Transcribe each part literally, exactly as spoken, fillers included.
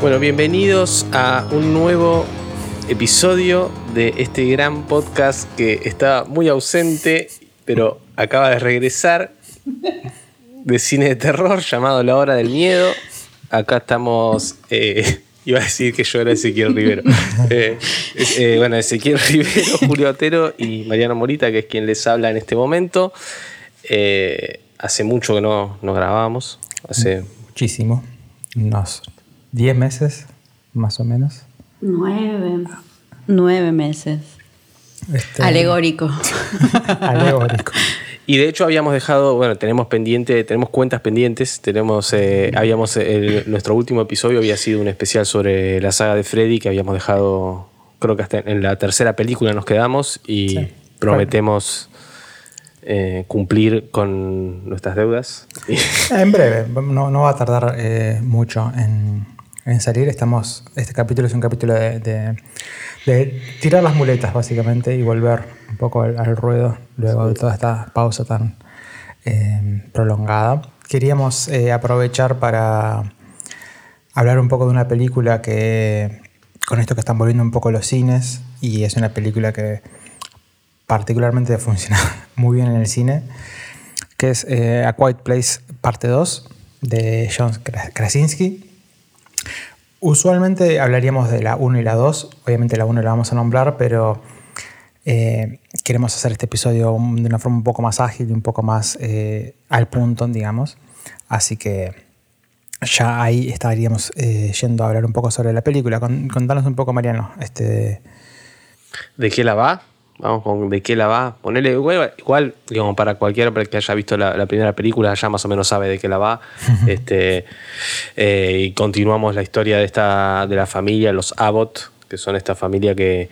Bueno, bienvenidos a un nuevo episodio de este gran podcast que está muy ausente, pero acaba de regresar, de cine de terror llamado La Hora del Miedo. Acá estamos, eh, iba a decir que yo era Ezequiel Rivero. Eh, eh, bueno, Ezequiel Rivero, Julio Otero y Mariano Morita, que es quien les habla en este momento. Eh, hace mucho que no, no grabamos. Hace muchísimo. Unos diez meses, más o menos. Nueve. Nueve meses. Este... Alegórico. Alegórico. Y de hecho habíamos dejado, bueno, tenemos pendiente, tenemos cuentas pendientes, tenemos, eh, habíamos, el, nuestro último episodio había sido un especial sobre la saga de Freddy que habíamos dejado, creo que hasta en la tercera película nos quedamos y sí, prometemos eh, cumplir con nuestras deudas. En breve, no, no va a tardar eh, mucho en, en salir. Estamos, este capítulo es un capítulo de, de, de tirar las muletas básicamente y volver un poco al, al ruedo luego de toda esta pausa tan eh, prolongada. Queríamos eh, aprovechar para hablar un poco de una película que, con esto que están volviendo un poco los cines, y es una película que particularmente funciona muy bien en el cine, que es eh, A Quiet Place parte dos de John Krasinski. Usualmente hablaríamos de la uno y la dos, obviamente la uno la vamos a nombrar, pero eh, queremos hacer este episodio de una forma un poco más ágil y un poco más eh, al punto, digamos. Así que ya ahí estaríamos eh, yendo a hablar un poco sobre la película. Contanos un poco, Mariano. Este... ¿De qué la va? Vamos con de qué la va. Ponerle igual, igual digamos, para cualquiera que haya visto la, la primera película ya más o menos sabe de qué la va. este, eh, y continuamos la historia de esta de la familia, los Abbott, que son esta familia que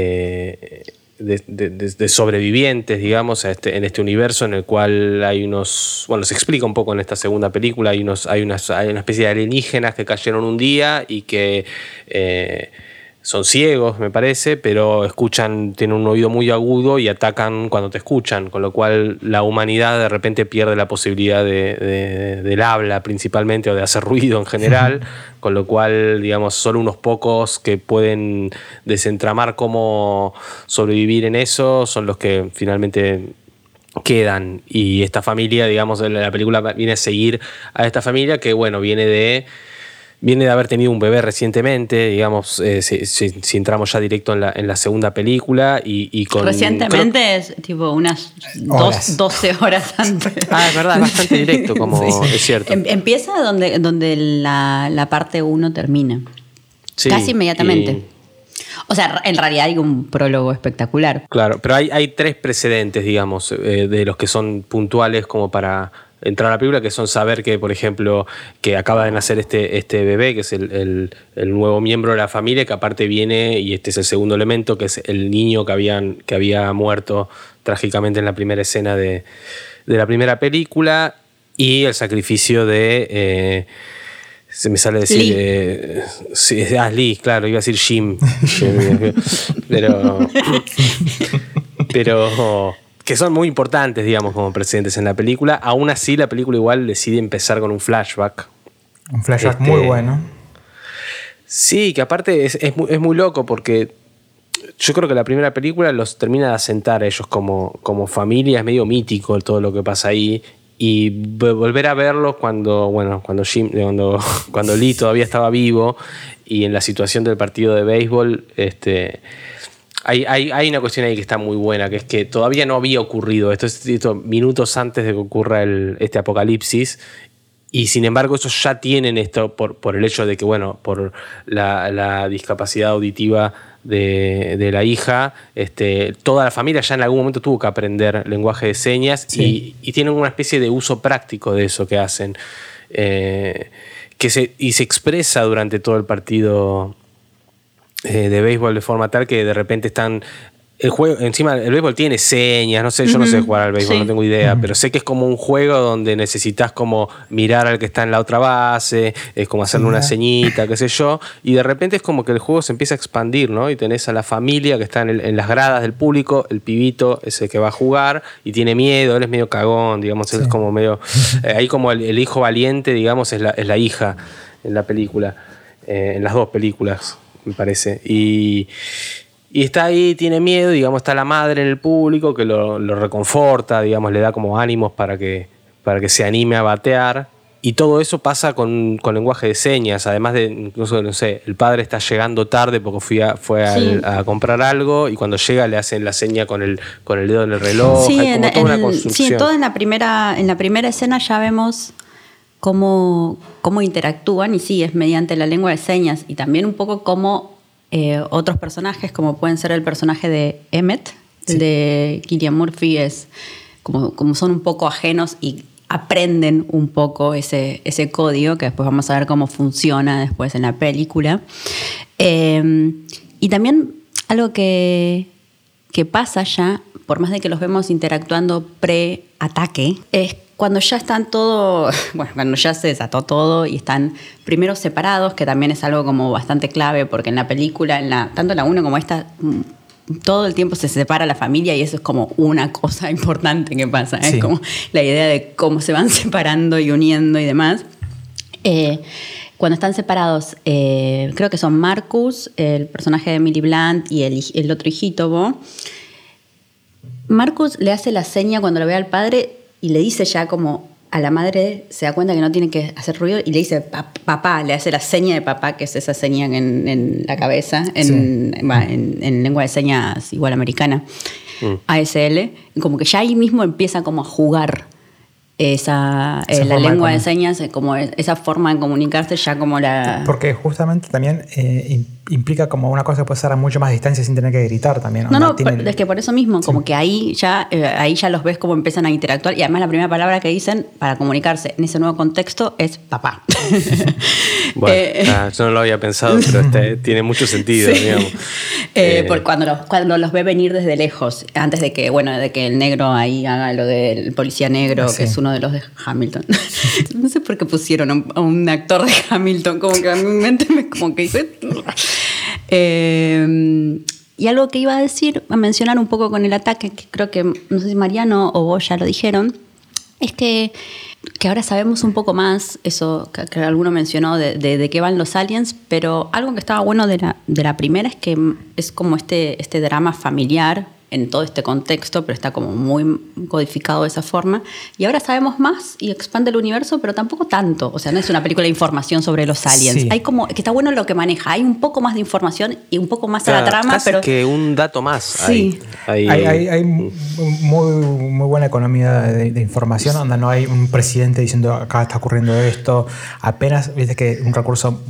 eh, de, de, de sobrevivientes, digamos, a este, en este universo en el cual hay unos, bueno, se explica un poco en esta segunda película, hay unos, hay unas, hay una especie de alienígenas que cayeron un día y que eh, son ciegos, me parece, pero escuchan, tienen un oído muy agudo y atacan cuando te escuchan, con lo cual la humanidad de repente pierde la posibilidad de, de, del habla principalmente o de hacer ruido en general, con lo cual, digamos, solo unos pocos que pueden desentramar cómo sobrevivir en eso son los que finalmente quedan. Y esta familia, digamos, la película viene a seguir a esta familia que, bueno, viene de... Viene de haber tenido un bebé recientemente, digamos, eh, si, si, si entramos ya directo en la, en la segunda película. Y, y con, recientemente creo, es tipo unas dos, doce horas antes. Ah, es verdad, es bastante directo, como sí. Es cierto. Em, empieza donde, donde la, la parte uno termina. Sí, casi inmediatamente. Y... O sea, en realidad hay un prólogo espectacular. Claro, pero hay, hay tres precedentes, digamos, eh, de los que son puntuales como para entrar a la película, que son saber que, por ejemplo, que acaba de nacer este, este bebé, que es el, el, el nuevo miembro de la familia, que aparte viene, y este es el segundo elemento, que es el niño que, habían, que había muerto trágicamente en la primera escena de, de la primera película, y el sacrificio de... Eh, se me sale decir... Lee. Eh, sí, ah, Lee, claro, iba a decir Jim. Jim pero... pero... que son muy importantes, digamos, como precedentes en la película. Aún así, la película igual decide empezar con un flashback. Un flashback este, muy bueno. Sí, que aparte es, es, muy, es muy loco porque yo creo que la primera película los termina de asentar a ellos como, como familia. Es medio mítico todo lo que pasa ahí. Y volver a verlos cuando, bueno, cuando, Jim, cuando, cuando Lee todavía estaba vivo y en la situación del partido de béisbol... este Hay, hay, hay una cuestión ahí que está muy buena, que es que todavía no había ocurrido esto, esto minutos antes de que ocurra el, este apocalipsis, y sin embargo ellos ya tienen esto por, por el hecho de que, bueno, por la, la discapacidad auditiva de, de la hija, este, toda la familia ya en algún momento tuvo que aprender lenguaje de señas. Sí. y, y tienen una especie de uso práctico de eso que hacen, eh, que se, y se expresa durante todo el partido Eh, de béisbol de forma tal que de repente están el juego, encima el béisbol tiene señas, no sé, yo uh-huh. no sé jugar al béisbol, sí. no tengo idea, uh-huh. pero sé que es como un juego donde necesitas como mirar al que está en la otra base, es como hacerle una ceñita, qué sé yo, y de repente es como que el juego se empieza a expandir, ¿no? Y tenés a la familia que está en, el, en las gradas del público, el pibito es el que va a jugar y tiene miedo, él es medio cagón, digamos, sí. él es como medio, eh, ahí como el, el hijo valiente, digamos, es la, es la hija en la película. eh, en las dos películas, me parece. Y, y está ahí, tiene miedo, digamos, está la madre en el público que lo, lo reconforta, digamos, le da como ánimos para que, para que se anime a batear. Y todo eso pasa con, con lenguaje de señas, además de, incluso, no sé, el padre está llegando tarde porque fui a, fue al, sí. a comprar algo y cuando llega le hacen la seña con el, con el dedo en el reloj. Sí, hay como en, toda una en, construcción. Sí, todo en la primera, en la primera escena ya vemos cómo, cómo interactúan y sí, es mediante la lengua de señas y también un poco cómo eh, otros personajes, como pueden ser el personaje de Emmett, sí. el de Cillian Murphy, es como, como son un poco ajenos y aprenden un poco ese, ese código, que después vamos a ver cómo funciona después en la película. Eh, y también algo que, que pasa ya, por más de que los vemos interactuando pre-ataque, es cuando ya están todo, bueno, cuando ya se desató todo y están primero separados, que también es algo como bastante clave, porque en la película, en la, tanto la uno como esta, todo el tiempo se separa la familia y eso es como una cosa importante que pasa. Sí. Es como la idea de cómo se van separando y uniendo y demás. Eh, cuando están separados, eh, creo que son Marcus, el personaje de Emily Blunt y el, el otro hijito, Bo. Marcus le hace la seña cuando lo ve al padre y le dice ya como a la madre, se da cuenta que no tiene que hacer ruido y le dice papá, le hace la seña de papá, que es esa seña en, en la cabeza, en, sí. va, en, en lengua de señas igual americana, mm. A S L, como que ya ahí mismo empieza como a jugar esa, esa eh, la lengua de, de señas, como esa forma de comunicarse ya como la... Porque justamente también eh, implica como una cosa que puede estar a mucho más distancia sin tener que gritar también. No, no, tiene... es que por eso mismo, sí. como que ahí ya, eh, ahí ya los ves cómo empiezan a interactuar y además la primera palabra que dicen para comunicarse en ese nuevo contexto es papá. Bueno, eh, ah, yo no lo había pensado, pero este, tiene mucho sentido, sí. digamos. Eh, eh, por cuando, los, cuando los ve venir desde lejos, antes de que, bueno, de que el negro ahí haga lo del policía negro, sí. que es uno de los de Hamilton. No sé por qué pusieron a un, a un actor de Hamilton, como que a mi mente me como que dice... Eh, y algo que iba a decir, a mencionar un poco con el ataque, que creo que, no sé si Mariano o vos ya lo dijeron, es que, que ahora sabemos un poco más, eso que, que alguno mencionó, de, de, de qué van los aliens, pero algo que estaba bueno de la, de la primera es que es como este, este drama familiar en todo este contexto, pero está como muy codificado de esa forma. Y ahora sabemos más y expande el universo, pero tampoco tanto. O sea, no es una película de información sobre los aliens. Sí. Hay como, que está bueno lo que maneja. Hay un poco más de información y un poco más claro, a la trama, casi pero... que un dato más. Sí. Hay, hay, hay, hay muy, muy buena economía de, de información, donde no hay un presidente diciendo acá está ocurriendo esto. Apenas, viste que un recurso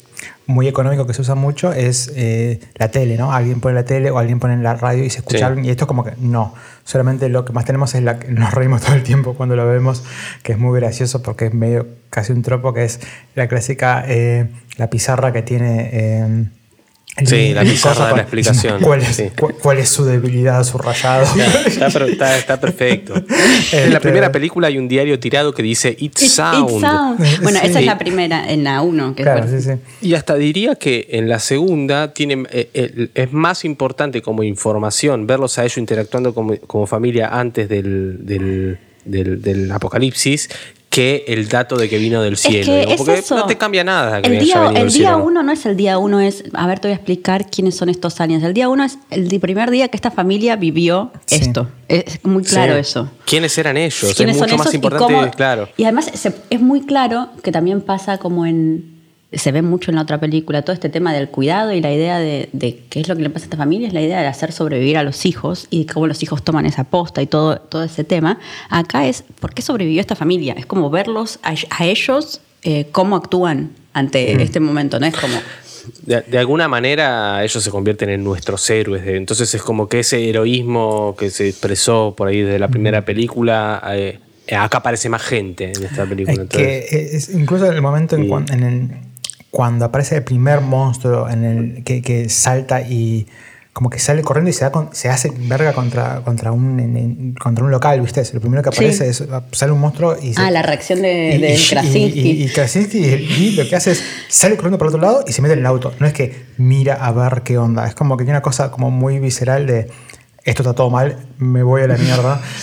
muy económico que se usa mucho es eh, la tele, ¿no? Alguien pone la tele o alguien pone en la radio y se escucha sí. y esto es como que no. Solamente lo que más tenemos es la que nos reímos todo el tiempo cuando lo vemos, que es muy gracioso porque es medio casi un tropo, que es la clásica, eh, la pizarra que tiene... Eh, El, sí, la pizarra de la explicación. ¿Cuál es, sí. cu- cuál es su debilidad, su rayado? Está, está, está, está perfecto. Este, en la primera película hay un diario tirado que dice It's, It's Sound. It's sound. Bueno, sí. esa es la primera, en la uno. Que claro, es sí, sí. Y hasta diría que en la segunda tiene, eh, eh, es más importante como información verlos a ellos interactuando como, como familia antes del, del, del, del apocalipsis que el dato de que vino del cielo. Es que digo, es porque eso. no te cambia nada. Que el día, haya el del día cielo, uno no es el día uno, es, a ver, te voy a explicar quiénes son estos aliens. El día uno es el primer día que esta familia vivió sí. esto. Es muy claro sí. eso. ¿Quiénes eran ellos? ¿Quiénes es mucho son más importante, y cómo, claro. Y además se, es muy claro que también pasa como en... Se ve mucho en la otra película, todo este tema del cuidado y la idea de, de qué es lo que le pasa a esta familia, es la idea de hacer sobrevivir a los hijos y cómo los hijos toman esa posta y todo, todo ese tema. Acá es, ¿por qué sobrevivió esta familia? Es como verlos a, a ellos, eh, cómo actúan ante mm. este momento, ¿no? Es como... De, de alguna manera ellos se convierten en nuestros héroes. Entonces es como que ese heroísmo que se expresó por ahí desde la primera película... Eh, acá aparece más gente en esta película. Es entonces. que es, incluso en el momento en, cuan, en el... Cuando aparece el primer monstruo en el que, que salta y como que sale corriendo y se, da con, se hace verga contra, contra, un, en, contra un local, ¿viste? Es lo primero que aparece sí. es sale un monstruo y... Se, ah, la reacción de, y, de y, Krasinski. Y, y, y Krasinski y, y lo que hace es sale corriendo por el otro lado y se mete en el auto. No es que mira a ver qué onda. Es como que tiene una cosa como muy visceral de esto está todo mal, me voy a la mierda.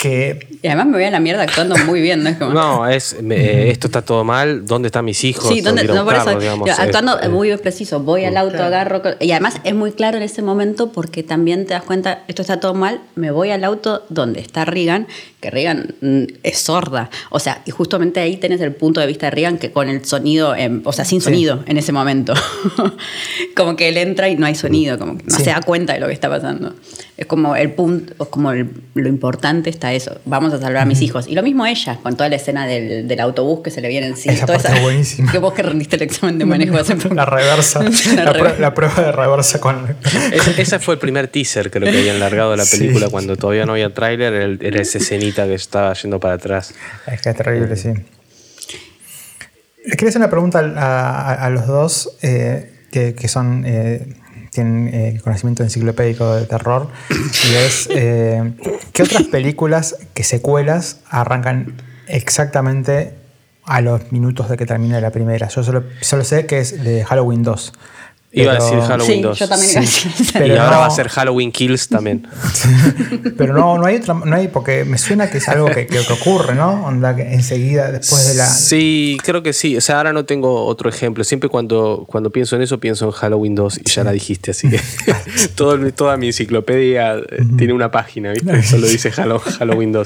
que... Y además me voy a la mierda actuando muy bien, ¿no? Es como... No, es, eh, esto está todo mal, ¿dónde están mis hijos? Sí, ¿dónde, no, por eso, digamos, yo, actuando es, muy preciso, voy al auto, claro. agarro... Y además es muy claro en ese momento porque también te das cuenta, esto está todo mal, me voy al auto donde está Regan, que Regan mm, es sorda. O sea, y justamente ahí tenés el punto de vista de Regan que con el sonido, eh, o sea, sin sonido sí. en ese momento. Como que él entra y no hay sonido, como que no sí. se da cuenta de lo que está pasando. Es como el punto, como el, lo importante está eso, vamos a salvar a mis hijos. Y lo mismo ella, con toda la escena del, del autobús que se le viene encima. Esa toda parte esa, buenísima. Que vos que rendiste el examen de manejo hace poco. La reversa, la, la, prueba, la prueba de reversa con... Es, ese fue el primer teaser, creo que habían largado la película, sí. cuando todavía no había tráiler, era esa escenita que estaba yendo para atrás. Es que es terrible, sí. Quería hacer una pregunta a, a, a los dos, eh, que, que son... Eh, tienen eh, conocimiento enciclopédico de terror, y es eh, ¿qué otras películas, qué secuelas arrancan exactamente a los minutos de que termina la primera? Yo solo, solo sé que es de Halloween dos. Iba pero, a decir Halloween sí, dos. Yo también iba a decir sí. Pero y ahora no, va a ser Halloween Kills también. Pero no, no hay otra, no hay, porque me suena que es algo que, que, que ocurre, ¿no? Onda que enseguida, después de la... Sí, creo que sí. O sea, ahora no tengo otro ejemplo. Siempre cuando, cuando pienso en eso, pienso en Halloween dos y sí. ya la dijiste, así que todo, toda mi enciclopedia uh-huh. tiene una página, ¿viste? Solo dice Halloween dos.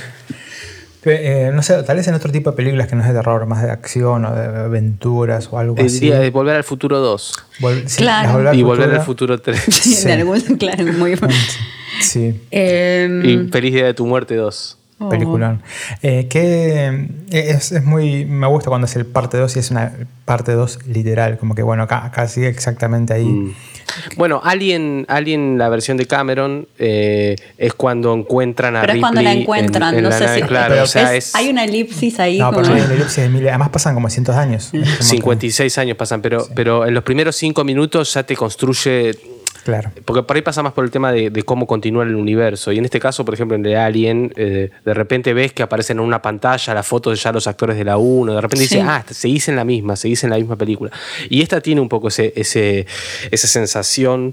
Eh, no sé, tal vez en otro tipo de películas que no es de terror, más de acción o de aventuras o algo el así. Día de Volver al Futuro dos. Vol- sí, claro. Volver y al Volver futuro. al Futuro tres. Sí, sí. De algún, claro, muy bien. Sí. Eh, y Feliz Día de tu Muerte dos. Oh. Peliculón. Eh, que es, es muy... Me gusta cuando es el parte dos y es una parte dos literal. Como que bueno, acá, acá sigue exactamente ahí. Mm. Bueno, Alien, Alien, la versión de Cameron, eh, es cuando encuentran a pero Ripley. Es cuando la encuentran, en, en no la sé nave, si. Claro, pero o sea, es, es, hay una elipsis ahí. No, como... pero hay una elipsis de miles. Además pasan como cientos de años. cincuenta y seis años pasan, pero, sí. pero en los primeros cinco minutos ya te construye. Claro. Porque por ahí pasa más por el tema de, de cómo continúa el universo. Y en este caso, por ejemplo, en The Alien, eh, de repente ves que aparecen en una pantalla las fotos de ya los actores de la uno. De repente sí. dices, ah, seguís en la misma, seguís en la misma película. Y esta tiene un poco ese, ese, esa sensación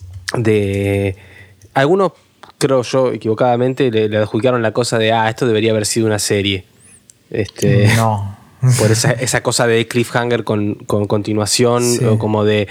de... Algunos, creo yo, equivocadamente, le, le adjudicaron la cosa de, ah, esto debería haber sido una serie. Este, no. Por esa, esa cosa de cliffhanger con, con continuación, sí. o como de...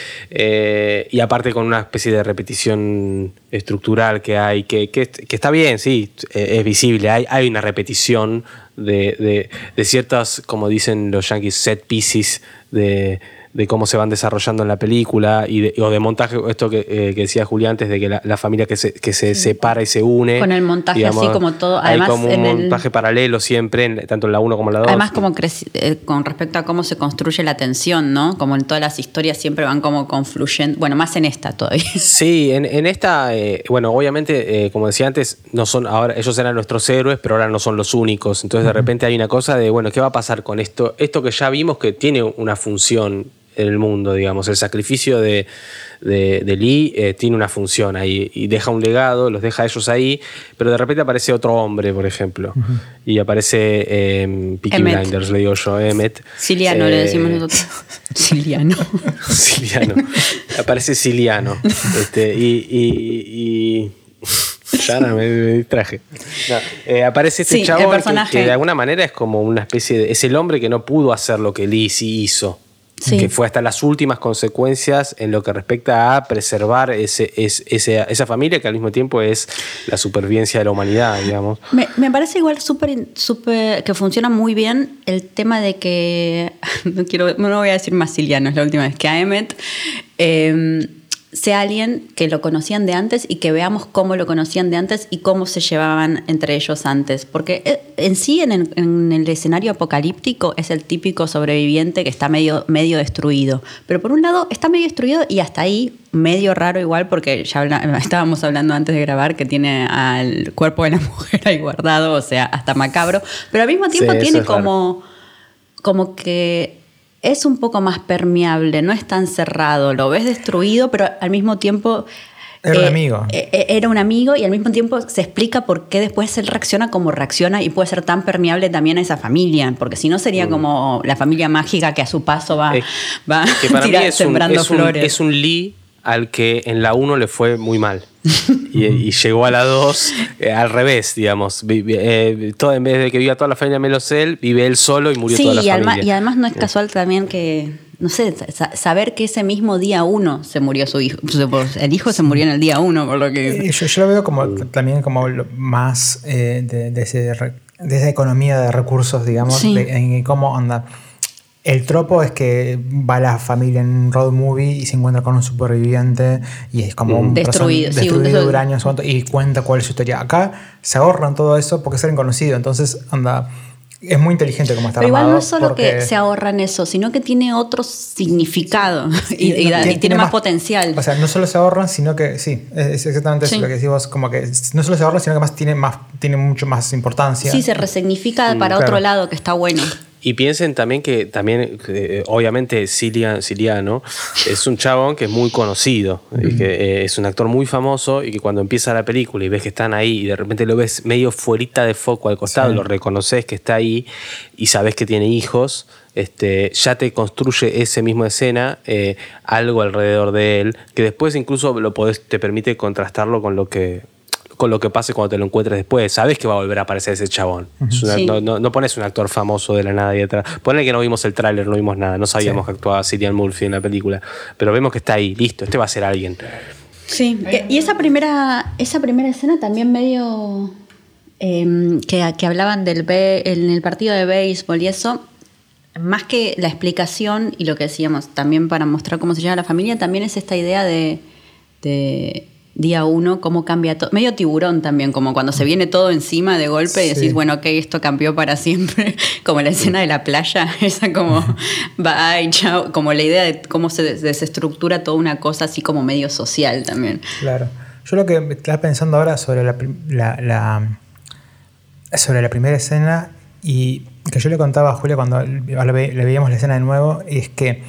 Eh, y aparte con una especie de repetición estructural que hay, que, que, que está bien, sí, es visible, hay, hay una repetición de, de, de ciertas, como dicen los yankees, set pieces de, de cómo se van desarrollando en la película y de, o de montaje, esto que, eh, que decía Julia antes, de que la, la familia que se, que se sí. separa y se une. Con el montaje digamos, así como todo. Además, hay como un en montaje el... paralelo siempre, en, tanto en la uno como en la dos. Además, como creci- eh, con respecto a cómo se construye la tensión, ¿no? Como en todas las historias siempre van como confluyendo. Bueno, más en esta todavía. Sí, en, en esta, eh, bueno, obviamente, eh, como decía antes, no son ahora ellos eran nuestros héroes, pero ahora no son los únicos. Entonces, de repente hay una cosa de, bueno, ¿qué va a pasar con esto? Esto que ya vimos que tiene una función en el mundo, digamos, el sacrificio de, de, de Lee eh, tiene una función ahí y deja un legado, los deja a ellos ahí, pero de repente aparece otro hombre, por ejemplo, uh-huh. y aparece eh, Peaky Emmett. Blinders, le digo yo, Emmett. Siliano, eh, le decimos nosotros. Siliano. Siliano. Aparece Siliano. Este, y... y, y... Ya no, me, me distraje. No, eh, aparece este sí, chabón que, que de alguna manera es como una especie de... Es el hombre que no pudo hacer lo que Lee sí hizo. Sí. Que fue hasta las últimas consecuencias en lo que respecta a preservar ese, ese, ese, esa familia que al mismo tiempo es la supervivencia de la humanidad, digamos. Me, me parece igual súper, súper que funciona muy bien el tema de que, no quiero, no voy a decir más Siliano, es la última vez que a Emmett, eh, sea alguien que lo conocían de antes y que veamos cómo lo conocían de antes y cómo se llevaban entre ellos antes. Porque en sí, en el, en el escenario apocalíptico, es el típico sobreviviente que está medio, medio destruido. Pero por un lado está medio destruido y hasta ahí medio raro igual, porque ya habla, estábamos hablando antes de grabar que tiene al cuerpo de la mujer ahí guardado, o sea, hasta macabro. Pero al mismo tiempo sí, tiene como, como que... es un poco más permeable, no es tan cerrado, lo ves destruido, pero al mismo tiempo... Era un eh, amigo. Eh, era un amigo y al mismo tiempo se explica por qué después él reacciona como reacciona y puede ser tan permeable también a esa familia, porque si no sería mm. como la familia mágica que a su paso va, eh, va que para tira, mí es sembrando un, es flores. Un, es un Lee al que en la uno le fue muy mal. y, y llegó a la dos eh, al revés, digamos. Vive, eh, todo, en vez de que viva toda la familia menos él, vive él solo y murió sí, toda la y familia. Además, y además no es casual también que, no sé, saber que ese mismo día uno se murió su hijo. El hijo se murió en el día uno, por lo que... Yo, yo lo veo como también como más eh, de, de, ese, de esa economía de recursos, digamos, sí. de, en cómo anda. El tropo es que va la familia en un road movie y se encuentra con un superviviente y es como un destruido, person, sí, destruido un de años y cuenta cuál es su historia. Acá se ahorran todo eso porque es alguien conocido, entonces anda, es muy inteligente como está Pero armado. Igual no es solo porque... que se ahorran eso, sino que tiene otro significado y, y, y, no, tiene, tiene más, más potencial. O sea, no solo se ahorran, sino que sí, es exactamente sí. eso lo que decís vos, como que no solo se ahorran, sino que más tiene, más, tiene mucho más importancia. Sí, se resignifica mm, para claro. otro lado, que está bueno. Y piensen también que también eh, obviamente Cillian, Ciliano es un chabón que es muy conocido, mm. y que eh, es un actor muy famoso y que cuando empieza la película y ves que están ahí y de repente lo ves medio fuerita de foco al costado, sí. lo reconoces que está ahí y sabes que tiene hijos, este, ya te construye esa misma escena eh, algo alrededor de él que después incluso lo podés, te permite contrastarlo con lo que... con lo que pase cuando te lo encuentres después. Sabes que va a volver a aparecer ese chabón. Uh-huh. Es una, sí. no, no, no pones un actor famoso de la nada ahí atrás. Ponle que no vimos el tráiler, no vimos nada. No sabíamos sí. que actuaba Cillian Murphy en la película. Pero vemos que está ahí, listo. Este va a ser alguien. Sí. Y esa primera, esa primera escena también medio... Eh, que, que hablaban del be- en el partido de béisbol y eso... Más que la explicación y lo que decíamos, también para mostrar cómo se llama la familia, también es esta idea de... de día uno, cómo cambia todo. Medio tiburón también, como cuando se viene todo encima de golpe y decís, sí. bueno, ok, esto cambió para siempre. Como la escena de la playa, esa como, bye, chao. Como la idea de cómo se desestructura toda una cosa así como medio social también. Claro. Yo lo que estaba pensando ahora sobre la, la, la, sobre la primera escena y que yo le contaba a Julia cuando le veíamos la escena de nuevo, es que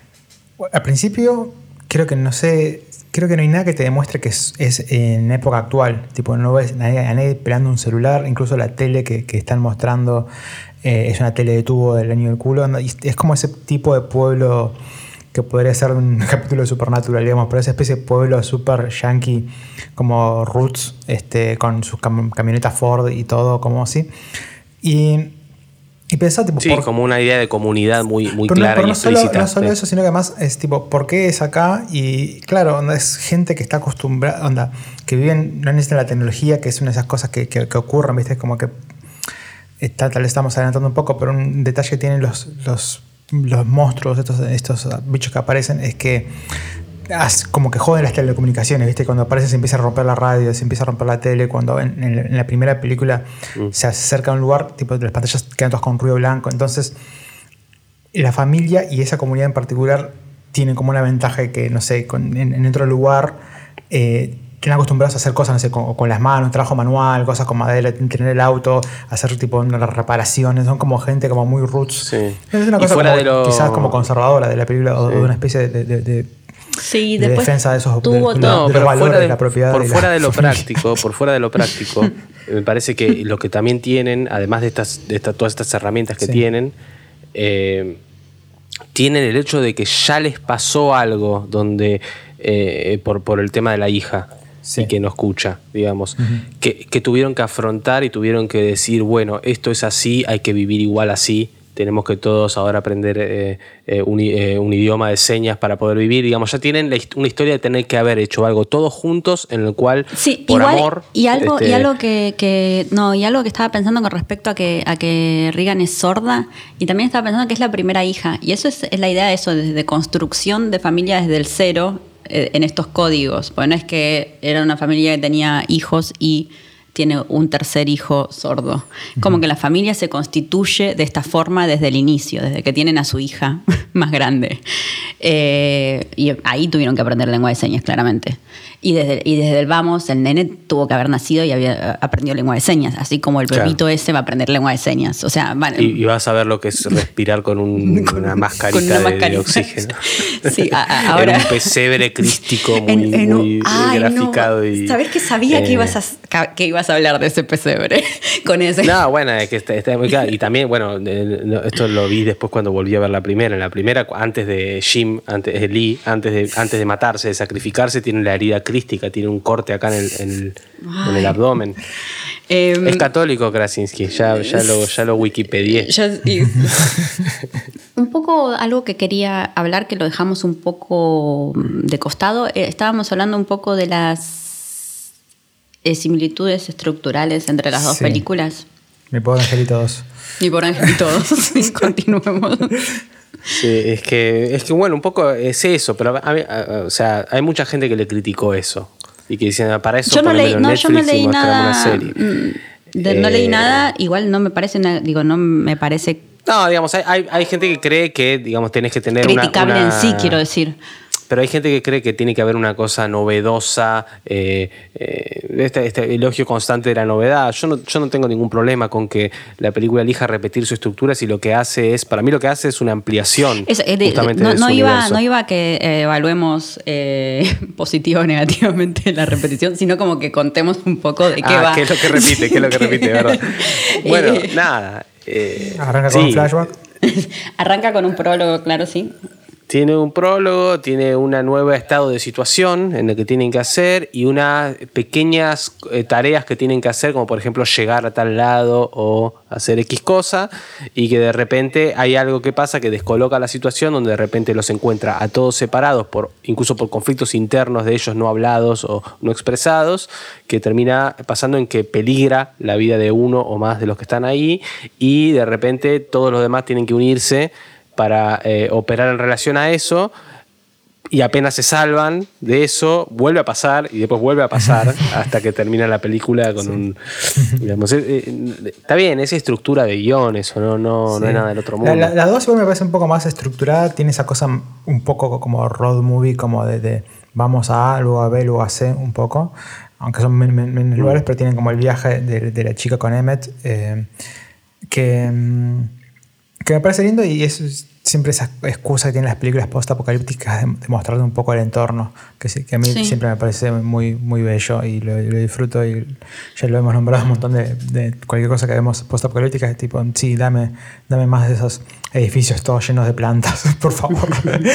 al principio creo que no sé... Creo que no hay nada que te demuestre que es, es en época actual. Tipo, no ves a nadie, a nadie pelando un celular. Incluso la tele que, que están mostrando eh, es una tele de tubo del año del culo. Es como ese tipo de pueblo que podría ser un capítulo de Supernatural, digamos, pero esa especie de pueblo super yankee como Roots, este, con sus cam- camionetas Ford y todo como así. Y... Y pensá, tipo, sí, por... como una idea de comunidad muy, muy pero clara no, pero y no explícita. Solo, no solo sí. eso, sino que además es tipo, ¿por qué es acá? Y claro, onda, es gente que está acostumbrada, onda, que viven, no necesitan la tecnología, que es una de esas cosas que, que, que ocurren, ¿viste? Como que está, tal vez estamos adelantando un poco, pero un detalle que tienen los, los, los monstruos, estos, estos bichos que aparecen, es que como que joden las telecomunicaciones, ¿viste? Cuando aparece se empieza a romper la radio, se empieza a romper la tele. Cuando en, en la primera película mm. se acerca a un lugar, tipo, las pantallas quedan todas con ruido blanco. Entonces, la familia y esa comunidad en particular tienen como una ventaja que, no sé, con, en, en otro lugar eh, están acostumbrados a hacer cosas, no sé, con, con las manos, trabajo manual, cosas con madera, tener el auto, hacer tipo las reparaciones. Son como gente como muy roots. Sí. Es una cosa como, lo... quizás como conservadora de la película, o sí. de una especie de... de, de Sí, de después defensa de esos tuvo de, todo. No, de pero los fuera de, de la propiedad por de fuera la de lo familia. práctico, por fuera de lo práctico, me parece que lo que también tienen, además de estas, de estas todas estas herramientas que sí. tienen, eh, tienen el hecho de que ya les pasó algo donde eh, por, por el tema de la hija. Sí. Y que no escucha, digamos, uh-huh. que, que tuvieron que afrontar y tuvieron que decir, bueno, esto es así, hay que vivir igual así. Tenemos que todos ahora aprender eh, eh, un, eh, un idioma de señas para poder vivir. Digamos, ya tienen la, una historia de tener que haber hecho algo todos juntos en el cual, sí, por igual, amor... Y algo, este... y algo que, que... No, y algo que estaba pensando con respecto a que, a que Regan es sorda. Y también estaba pensando que es la primera hija. Y eso es, es la idea de eso, de, de construcción de familia desde el cero eh, en estos códigos. Porque no es que era una familia que tenía hijos y... tiene un tercer hijo sordo. Como uh-huh. que la familia se constituye de esta forma desde el inicio, desde que tienen a su hija más grande. Eh, y ahí tuvieron que aprender lengua de señas, claramente. Y desde, y desde el vamos, el nene tuvo que haber nacido y había aprendido lengua de señas, así como el bebito claro. ese va a aprender lengua de señas. O sea, van, y, y vas a ver lo que es respirar con, un, con una mascarita, con una de, mascarita. de oxígeno. Sí, a, a, ahora. En un pesebre crístico muy, en, en un, muy ay, graficado. No. Y, ¿Sabés que sabía eh, que, ibas a, que ibas a hablar de ese pesebre? Con ese. No, bueno, es que está, está muy claro. Y también, bueno, esto lo vi después cuando volví a ver la primera. En la primera, antes de Jim, antes de Lee, antes de, antes de matarse, de sacrificarse, tiene la herida crística, tiene un corte acá en el, en el, en el abdomen. Eh, es católico Krasinski, ya, ya, lo, ya lo wikipedié. Ya, y, un poco algo que quería hablar, que lo dejamos un poco de costado. Eh, estábamos hablando un poco de las eh, similitudes estructurales entre las dos sí. películas. Mi pobre angelito dos. Mi pobre angelito dos. Continuemos. Sí, es que, es que bueno, un poco es eso, pero a mí, a, o sea, hay mucha gente que le criticó eso y que dicen, para eso yo no leí, no, Netflix yo no leí nada, una serie. De, eh, no leí nada, igual no me parece, una, digo, no me parece. No, digamos, hay, hay, hay gente que cree que, digamos, tenés que tener criticable una, una... en sí, quiero decir. Pero hay gente que cree que tiene que haber una cosa novedosa, eh, eh, este, este elogio constante de la novedad. Yo no, yo no tengo ningún problema con que la película elija repetir su estructura si lo que hace es, para mí lo que hace es una ampliación. Es, eh, justamente no, de no, iba, no iba a que eh, evaluemos eh, positivo o negativamente la repetición, sino como que contemos un poco de qué ah, va. qué es lo que repite, qué es lo que repite, ¿verdad? Bueno, nada. Eh, Arranca con sí. un flashback. Arranca con un prólogo, claro, sí. Tiene un prólogo, tiene un nuevo estado de situación en el que tienen que hacer y unas pequeñas eh, tareas que tienen que hacer, como por ejemplo llegar a tal lado o hacer X cosa, y que de repente hay algo que pasa que descoloca la situación, donde de repente los encuentra a todos separados, por, incluso por conflictos internos de ellos no hablados o no expresados, que termina pasando en que peligra la vida de uno o más de los que están ahí, y de repente todos los demás tienen que unirse para eh, operar en relación a eso, y apenas se salvan de eso, vuelve a pasar y después vuelve a pasar hasta que termina la película con sí. un... Digamos, eh, eh, está bien, es estructura de guión, eso no, no, sí. no es nada del otro mundo. La, la, la dos igual me parece un poco más estructurada, tiene esa cosa un poco como road movie, como de, de vamos a A, luego a B, luego a C un poco, aunque son menos men, men lugares, pero tienen como el viaje de, de la chica con Emmett, eh, que... que me parece lindo, y es siempre esa excusa que tienen las películas post-apocalípticas de, de mostrarle un poco el entorno, que, que a mí sí. siempre me parece muy, muy bello y lo, lo disfruto, y ya lo hemos nombrado un montón de, de cualquier cosa que vemos post-apocalíptica, es tipo, sí, dame, dame más de esos edificios todos llenos de plantas, por favor.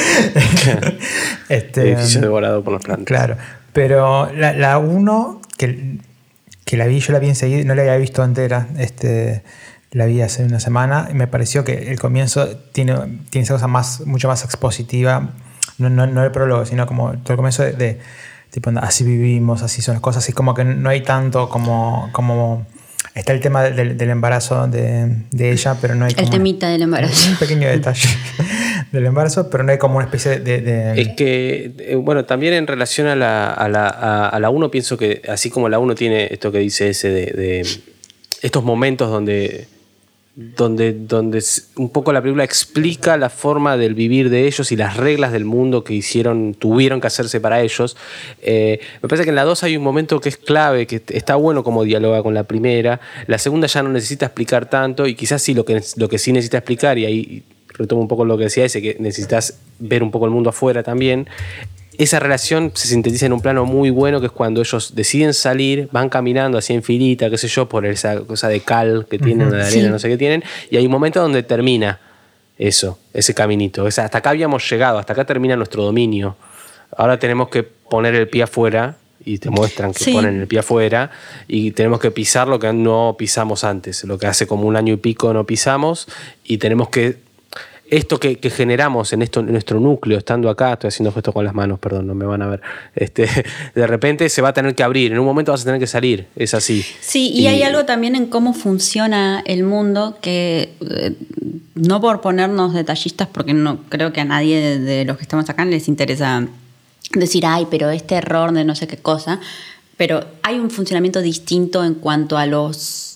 este, edificio devorado por las plantas. Claro, pero la uno, que, que la vi, yo la vi enseguida, no la había visto entera, este... la vi hace una semana y me pareció que el comienzo tiene, tiene esa cosa más, mucho más expositiva, no, no, no el prólogo, sino como todo el comienzo de, de tipo, así vivimos, así son las cosas, y como que no hay tanto como, como está el tema del, del embarazo de, de ella, pero no hay como el temita del embarazo, un pequeño detalle del embarazo, pero no hay como una especie de, de... Es que, bueno, también en relación a la, a la, a, a la uno, pienso que así como la uno tiene esto que dice ese de, de estos momentos donde Donde, donde un poco la película explica la forma del vivir de ellos y las reglas del mundo que hicieron, tuvieron que hacerse para ellos. Eh, me parece que en la dos hay un momento que es clave, que está bueno como dialoga con la primera. La segunda ya no necesita explicar tanto, y quizás sí lo que, lo que sí necesita explicar, y ahí retomo un poco lo que decía ese, que necesitas ver un poco el mundo afuera también. Esa relación se sintetiza en un plano muy bueno, que es cuando ellos deciden salir, van caminando así en filita, qué sé yo, por esa cosa de cal que tienen, uh-huh, de arena, sí. no sé qué tienen, y hay un momento donde termina eso, ese caminito. O sea, hasta acá habíamos llegado, hasta acá termina nuestro dominio. Ahora tenemos que poner el pie afuera, y te muestran que sí. ponen el pie afuera, y tenemos que pisar lo que no pisamos antes, lo que hace como un año y pico no pisamos, y tenemos que... Esto que, que generamos en, esto, en nuestro núcleo, estando acá, estoy haciendo gesto con las manos, perdón, no me van a ver, este, de repente se va a tener que abrir, en un momento vas a tener que salir, es así. Sí, y, y hay algo también en cómo funciona el mundo que, eh, no por ponernos detallistas, porque no creo que a nadie de, de los que estamos acá les interesa decir, ay, pero este error de no sé qué cosa, pero hay un funcionamiento distinto en cuanto a los...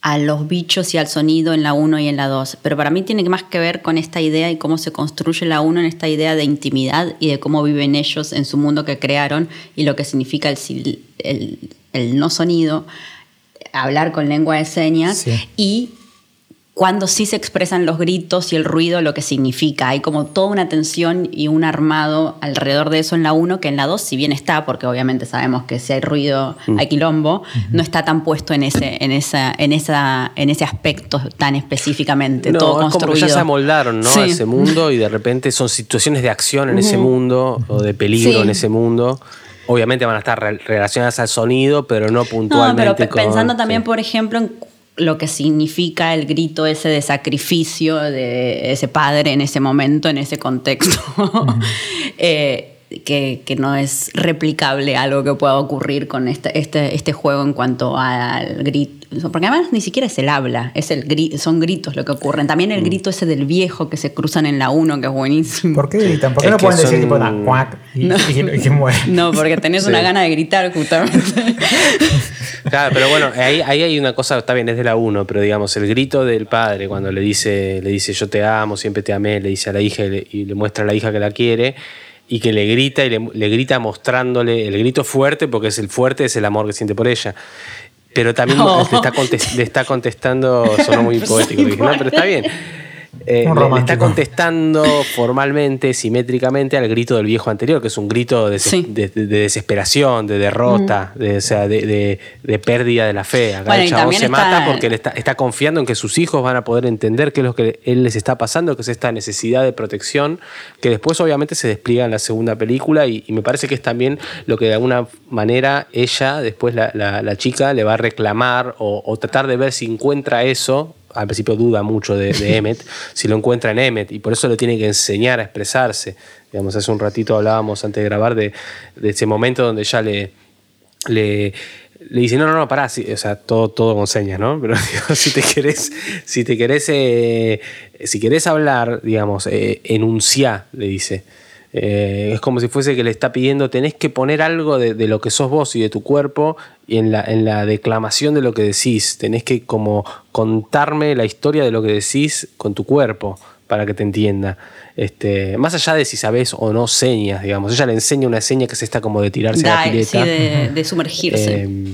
a los bichos y al sonido en la uno y en la dos. Pero para mí tiene más que ver con esta idea y cómo se construye la uno en esta idea de intimidad y de cómo viven ellos en su mundo que crearon y lo que significa el, el, el no sonido, hablar con lengua de señas, sí. Y cuando sí se expresan los gritos y el ruido, lo que significa. Hay como toda una tensión y un armado alrededor de eso en la uno, que en la dos, si bien está, porque obviamente sabemos que si hay ruido mm. hay quilombo, mm-hmm. no está tan puesto en ese, en esa, en esa, en ese aspecto tan específicamente, no, todo es construido. Como que ya se amoldaron, ¿no? Sí. a ese mundo y de repente son situaciones de acción en mm-hmm. ese mundo o de peligro sí. en ese mundo. Obviamente van a estar re- relacionadas al sonido, pero no puntualmente. No, pero con, pensando también, sí. por ejemplo, en lo que significa el grito ese de sacrificio de ese padre en ese momento, en ese contexto, uh-huh. eh, que, que no es replicable algo que pueda ocurrir con este, este, este juego en cuanto al grito. Porque además ni siquiera es el habla, es el gri- son gritos lo que ocurren. También el grito ese del viejo que se cruzan en la uno, que es buenísimo. ¿Por qué gritan? ¿Por qué es no pueden son... decir tipo una cuac y, no. y, y, y muere? No, porque tenés sí. una gana de gritar justamente. Claro, pero bueno, ahí, ahí hay una cosa, está bien, es de la uno, pero digamos, el grito del padre cuando le dice, le dice yo te amo, siempre te amé, le dice a la hija y le, y le muestra a la hija que la quiere y que le grita y le, le grita mostrándole el grito fuerte, porque es el fuerte, es el amor que siente por ella. Pero también no. le, está contest- le está contestando, sonó muy poético, dije, no, pero está bien. Eh, le, le está contestando formalmente, simétricamente al grito del viejo anterior, que es un grito de, sí. de, de, de desesperación, de derrota, mm. de, o sea, de, de, de pérdida de la fe. Acá bueno, el chavo se está... mata porque le está, está confiando en que sus hijos van a poder entender qué es lo que él les está pasando, que es esta necesidad de protección, que después obviamente se despliega en la segunda película y, y me parece que es también lo que de alguna manera ella, después la, la, la chica, le va a reclamar o, o tratar de ver si encuentra eso. Al principio duda mucho de, de Emmett, si lo encuentra en Emmett, y por eso le tiene que enseñar a expresarse. Digamos, hace un ratito hablábamos antes de grabar de, de ese momento donde ya le, le, le dice, no, no, no, pará, sí, o sea, todo, todo con señas, ¿no? Pero digo, si te querés, si te querés, eh, si querés hablar, digamos, eh, enunciá, le dice. Eh, es como si fuese que le está pidiendo, tenés que poner algo de, de lo que sos vos y de tu cuerpo y en la, en la declamación de lo que decís, tenés que como contarme la historia de lo que decís con tu cuerpo para que te entienda. Este, más allá de si sabés o no señas, digamos, ella le enseña una seña que es esta como de tirarse da, a la pileta. Sí, de, de sumergirse. Eh,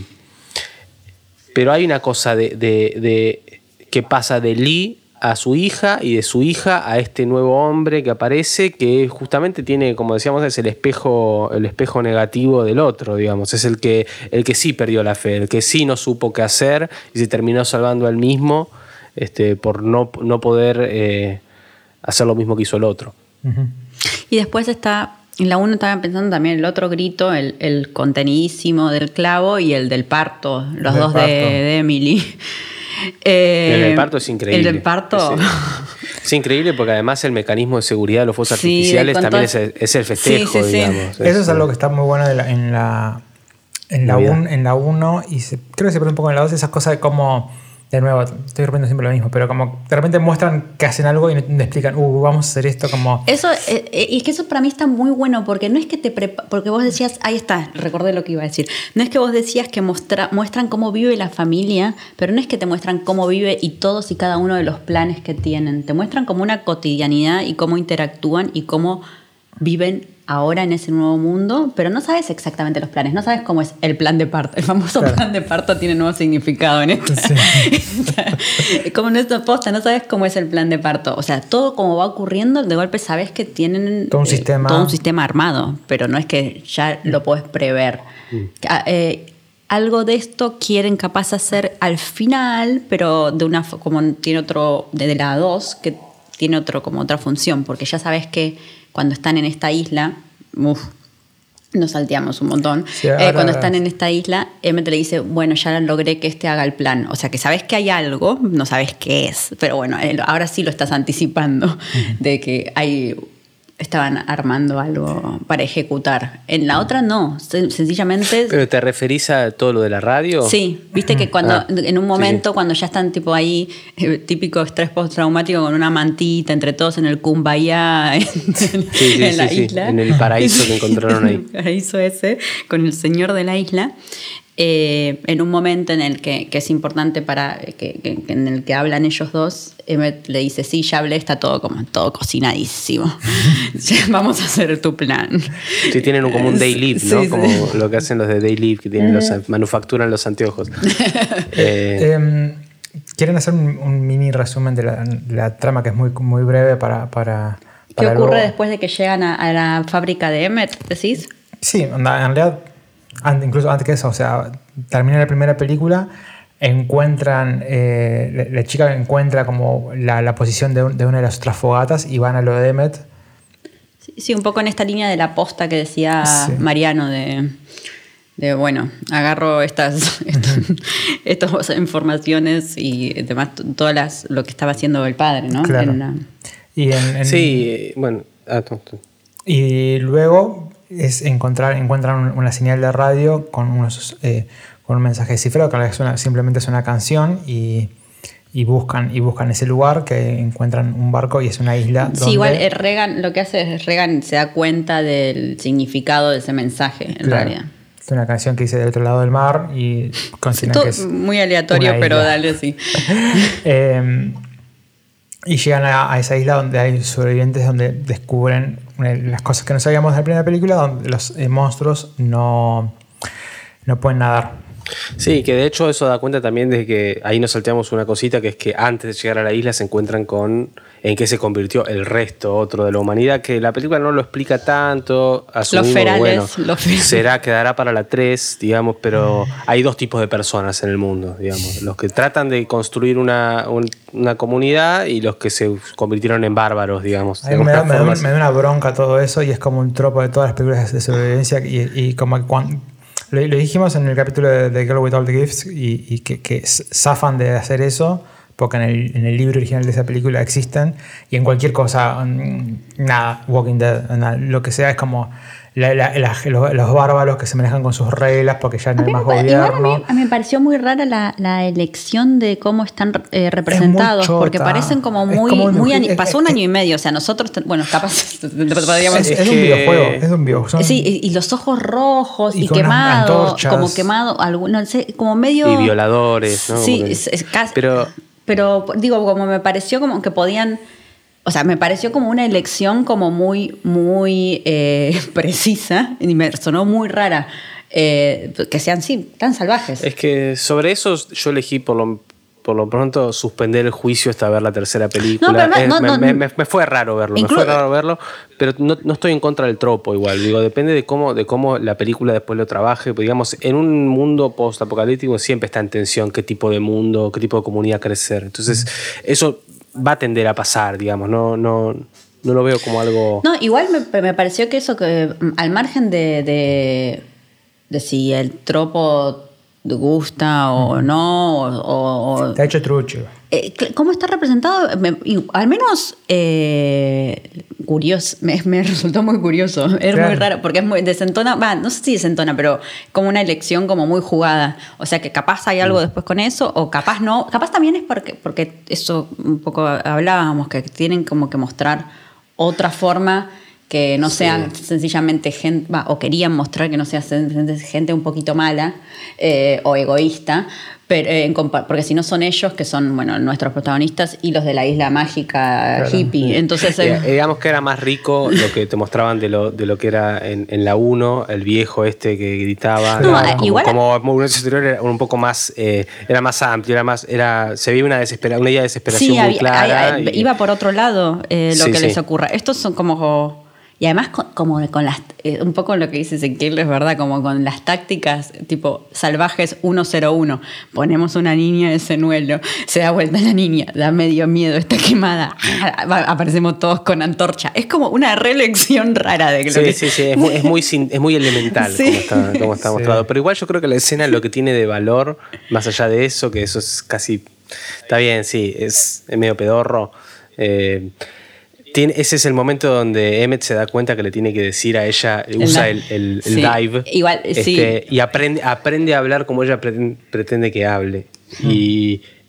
pero hay una cosa de, de, de que pasa de Lee a su hija y de su hija a este nuevo hombre que aparece, que justamente tiene, como decíamos, es el espejo, el espejo negativo del otro, digamos, es el que, el que sí perdió la fe, el que sí no supo qué hacer y se terminó salvando a él mismo este, por no, no poder eh, hacer lo mismo que hizo el otro. Uh-huh. Y después está, en la uno estaba pensando también el otro grito, el, el contenidísimo del clavo y el del parto, los del dos parto. De, de Emily. Eh, el del parto es increíble. El del parto. Es, es increíble porque además el mecanismo de seguridad de los fuegos sí, artificiales también es el, es el festejo, sí, sí, digamos. Sí. Eso es algo que está muy bueno de la, en la en la uno en la uno y se, creo que se pone un poco en la dos esas cosas de cómo, de nuevo, estoy repitiendo siempre lo mismo, pero como de repente muestran que hacen algo y me explican, uh, vamos a hacer esto como... Eso, eh, y es que eso para mí está muy bueno, porque no es que te prepa- porque vos decías, ahí está, recordé lo que iba a decir, no es que vos decías que mostra- muestran cómo vive la familia, pero no es que te muestran cómo vive y todos y cada uno de los planes que tienen, te muestran como una cotidianidad y cómo interactúan y cómo viven ahora en ese nuevo mundo, pero no sabes exactamente los planes, no sabes cómo es el plan de parto. El famoso claro. plan de parto tiene nuevo significado en esta. Sí. Como en esta posta, no sabes cómo es el plan de parto. O sea, todo como va ocurriendo, de golpe sabes que tienen todo un, eh, sistema. todo un sistema armado, pero no es que ya lo puedes prever. Mm. Eh, algo de esto quieren capaz hacer al final, pero de una como tiene otro, de la dos, que tiene otro, como otra función, porque ya sabes que cuando están en esta isla, uf, nos salteamos un montón, sí, ahora, eh, cuando están en esta isla, Emmett le dice, bueno, ya logré que este haga el plan. O sea, que sabes que hay algo, no sabes qué es, pero bueno, ahora sí lo estás anticipando, uh-huh. de que hay... estaban armando algo para ejecutar. En la otra no, sencillamente... ¿Pero te referís a todo lo de la radio? Sí, viste que cuando ah, en un momento sí. cuando ya están tipo ahí, eh, típico estrés postraumático con una mantita entre todos en el Kumbaya en, sí, sí, en sí, la sí, isla. En el paraíso que encontraron ahí. El paraíso ese, con el señor de la isla. eh, en un momento en el que, que es importante para que, que, en el que hablan ellos dos, Emmett le dice, sí, ya hablé, está todo como todo cocinadísimo. Vamos a hacer tu plan. Sí, tienen un, como un day live, ¿no? Sí, como sí. lo que hacen los de day live, que tienen los, manufacturan los anteojos. eh, eh, ¿Quieren hacer un, un mini resumen de la, de la trama, que es muy, muy breve para... para, para ¿Qué ocurre luego? después de que llegan a, a la fábrica de Emmett, decís? Sí, en realidad, incluso antes que eso, o sea, termina la primera película, encuentran, eh, la, la chica encuentra como la, la posición de, de una de las otras fogatas y van a lo de Emmett. Sí, sí, un poco en esta línea de la posta que decía sí. Mariano, de, de bueno, agarro estas, estas, estas informaciones y demás, todas las, lo que estaba haciendo el padre, ¿no? Claro. En la... y en, en, sí, bueno. Ah, no, no. Y luego es encontrar, encuentran una señal de radio con unos... Eh, con un mensaje cifrado, que es una, simplemente es una canción, y, y, buscan, y buscan ese lugar, que encuentran un barco y es una isla. Sí, donde... igual eh, Regan, lo que hace es Regan se da cuenta del significado de ese mensaje, en claro. realidad. Es una canción que dice del otro lado del mar y consideran que es muy aleatorio, pero dale, sí. eh, y llegan a, a esa isla donde hay sobrevivientes, donde descubren una de las cosas que no sabíamos de la primera película, donde los eh, monstruos no, no pueden nadar. Sí, que de hecho eso da cuenta también de que ahí nos salteamos una cosita, que es que antes de llegar a la isla se encuentran con en qué se convirtió el resto otro de la humanidad, que la película no lo explica tanto. Asumimos, los ferales, bueno, los ferales. Será, quedará para la tres, digamos, pero hay dos tipos de personas en el mundo, digamos, los que tratan de construir una, un, una comunidad y los que se convirtieron en bárbaros, digamos. A mí me, da, me, da, me da una bronca todo eso, y es como un tropo de todas las películas de sobrevivencia, y, y como cuando... Lo, lo dijimos en el capítulo de, de Girl with All the Gifts, y, y que, que zafan de hacer eso, porque en el, en el libro original de esa película existen, y en cualquier cosa, nada, Walking Dead, nada, lo que sea, es como la, la, la, los, los bárbaros que se manejan con sus reglas porque ya no hay más gobierno. Igual a mí, a mí me pareció muy rara la, la elección de cómo están eh, representados, porque parecen como muy... como muy es, pasó es, un año y medio, o sea, nosotros, bueno, capaz... podríamos, es, es, es un videojuego, es un videojuego. Sí, y, y los ojos rojos y, y quemado, como quemado, alguno, no sé, como medio... Y violadores, ¿no? Sí, es, es casi... Pero, pero digo, como me pareció como que podían... O sea, me pareció como una elección como muy, muy eh, precisa, y me sonó muy rara, eh, que sean, sí, tan salvajes. Es que sobre eso yo elegí por lo, por lo pronto suspender el juicio hasta ver la tercera película. No, pero no, es, no, me, no, me, me fue raro verlo, inclu- me fue raro verlo, pero no, no estoy en contra del tropo igual. Digo, depende de cómo, de cómo la película después lo trabaje. Pues, digamos, en un mundo post-apocalíptico siempre está en tensión qué tipo de mundo, qué tipo de comunidad crecer. Entonces, mm. eso... va a tender a pasar, digamos, no, no, no lo veo como algo... No, igual me, me pareció que eso, que al margen de, de, de si el tropo gusta o no, o... o Te ha hecho trucho. Eh, ¿Cómo está representado? Me, al menos eh, curioso, me, me resultó muy curioso, es claro. muy raro, porque es muy desentona, bah, no sé si desentona, pero como una elección como muy jugada, o sea que capaz hay algo mm. después con eso, o capaz no, capaz también es porque, porque eso un poco hablábamos, que tienen como que mostrar otra forma que no sea sí. sencillamente gente, bah, o querían mostrar que no sea gente un poquito mala eh, o egoísta, pero, eh, porque si no son ellos que son, bueno, nuestros protagonistas y los de la isla mágica claro. hippie. Entonces, eh, digamos que era más rico lo que te mostraban de lo, de lo que era en, en la uno, el viejo este que gritaba. No, como, igual como Movimiento Exterior era un poco más, eh, era más amplio, era más, era, se veía una, desespera, una idea de desesperación sí, muy había, clara. Había, y, iba por otro lado eh, lo sí, que sí. les ocurra. Estos son como... Y además con, como con las, eh, un poco lo que dice Ezequiel es verdad, como con las tácticas tipo salvajes uno cero uno. Ponemos una niña de señuelo, se da vuelta la niña, da medio miedo, está quemada, aparecemos todos con antorcha. Es como una reelección rara de lo sí, que... Sí, sí, es muy, es muy, es muy elemental sí. como está, como está sí. mostrado. Pero igual yo creo que la escena lo que tiene de valor, más allá de eso, que eso es casi... Está bien, sí, es, es medio pedorro. Eh, Tiene, ese es el momento donde Emmett se da cuenta que le tiene que decir a ella, usa el, el, el sí, dive igual, este, sí. y aprende, aprende a hablar como ella pretende, pretende que hable. Mm. Y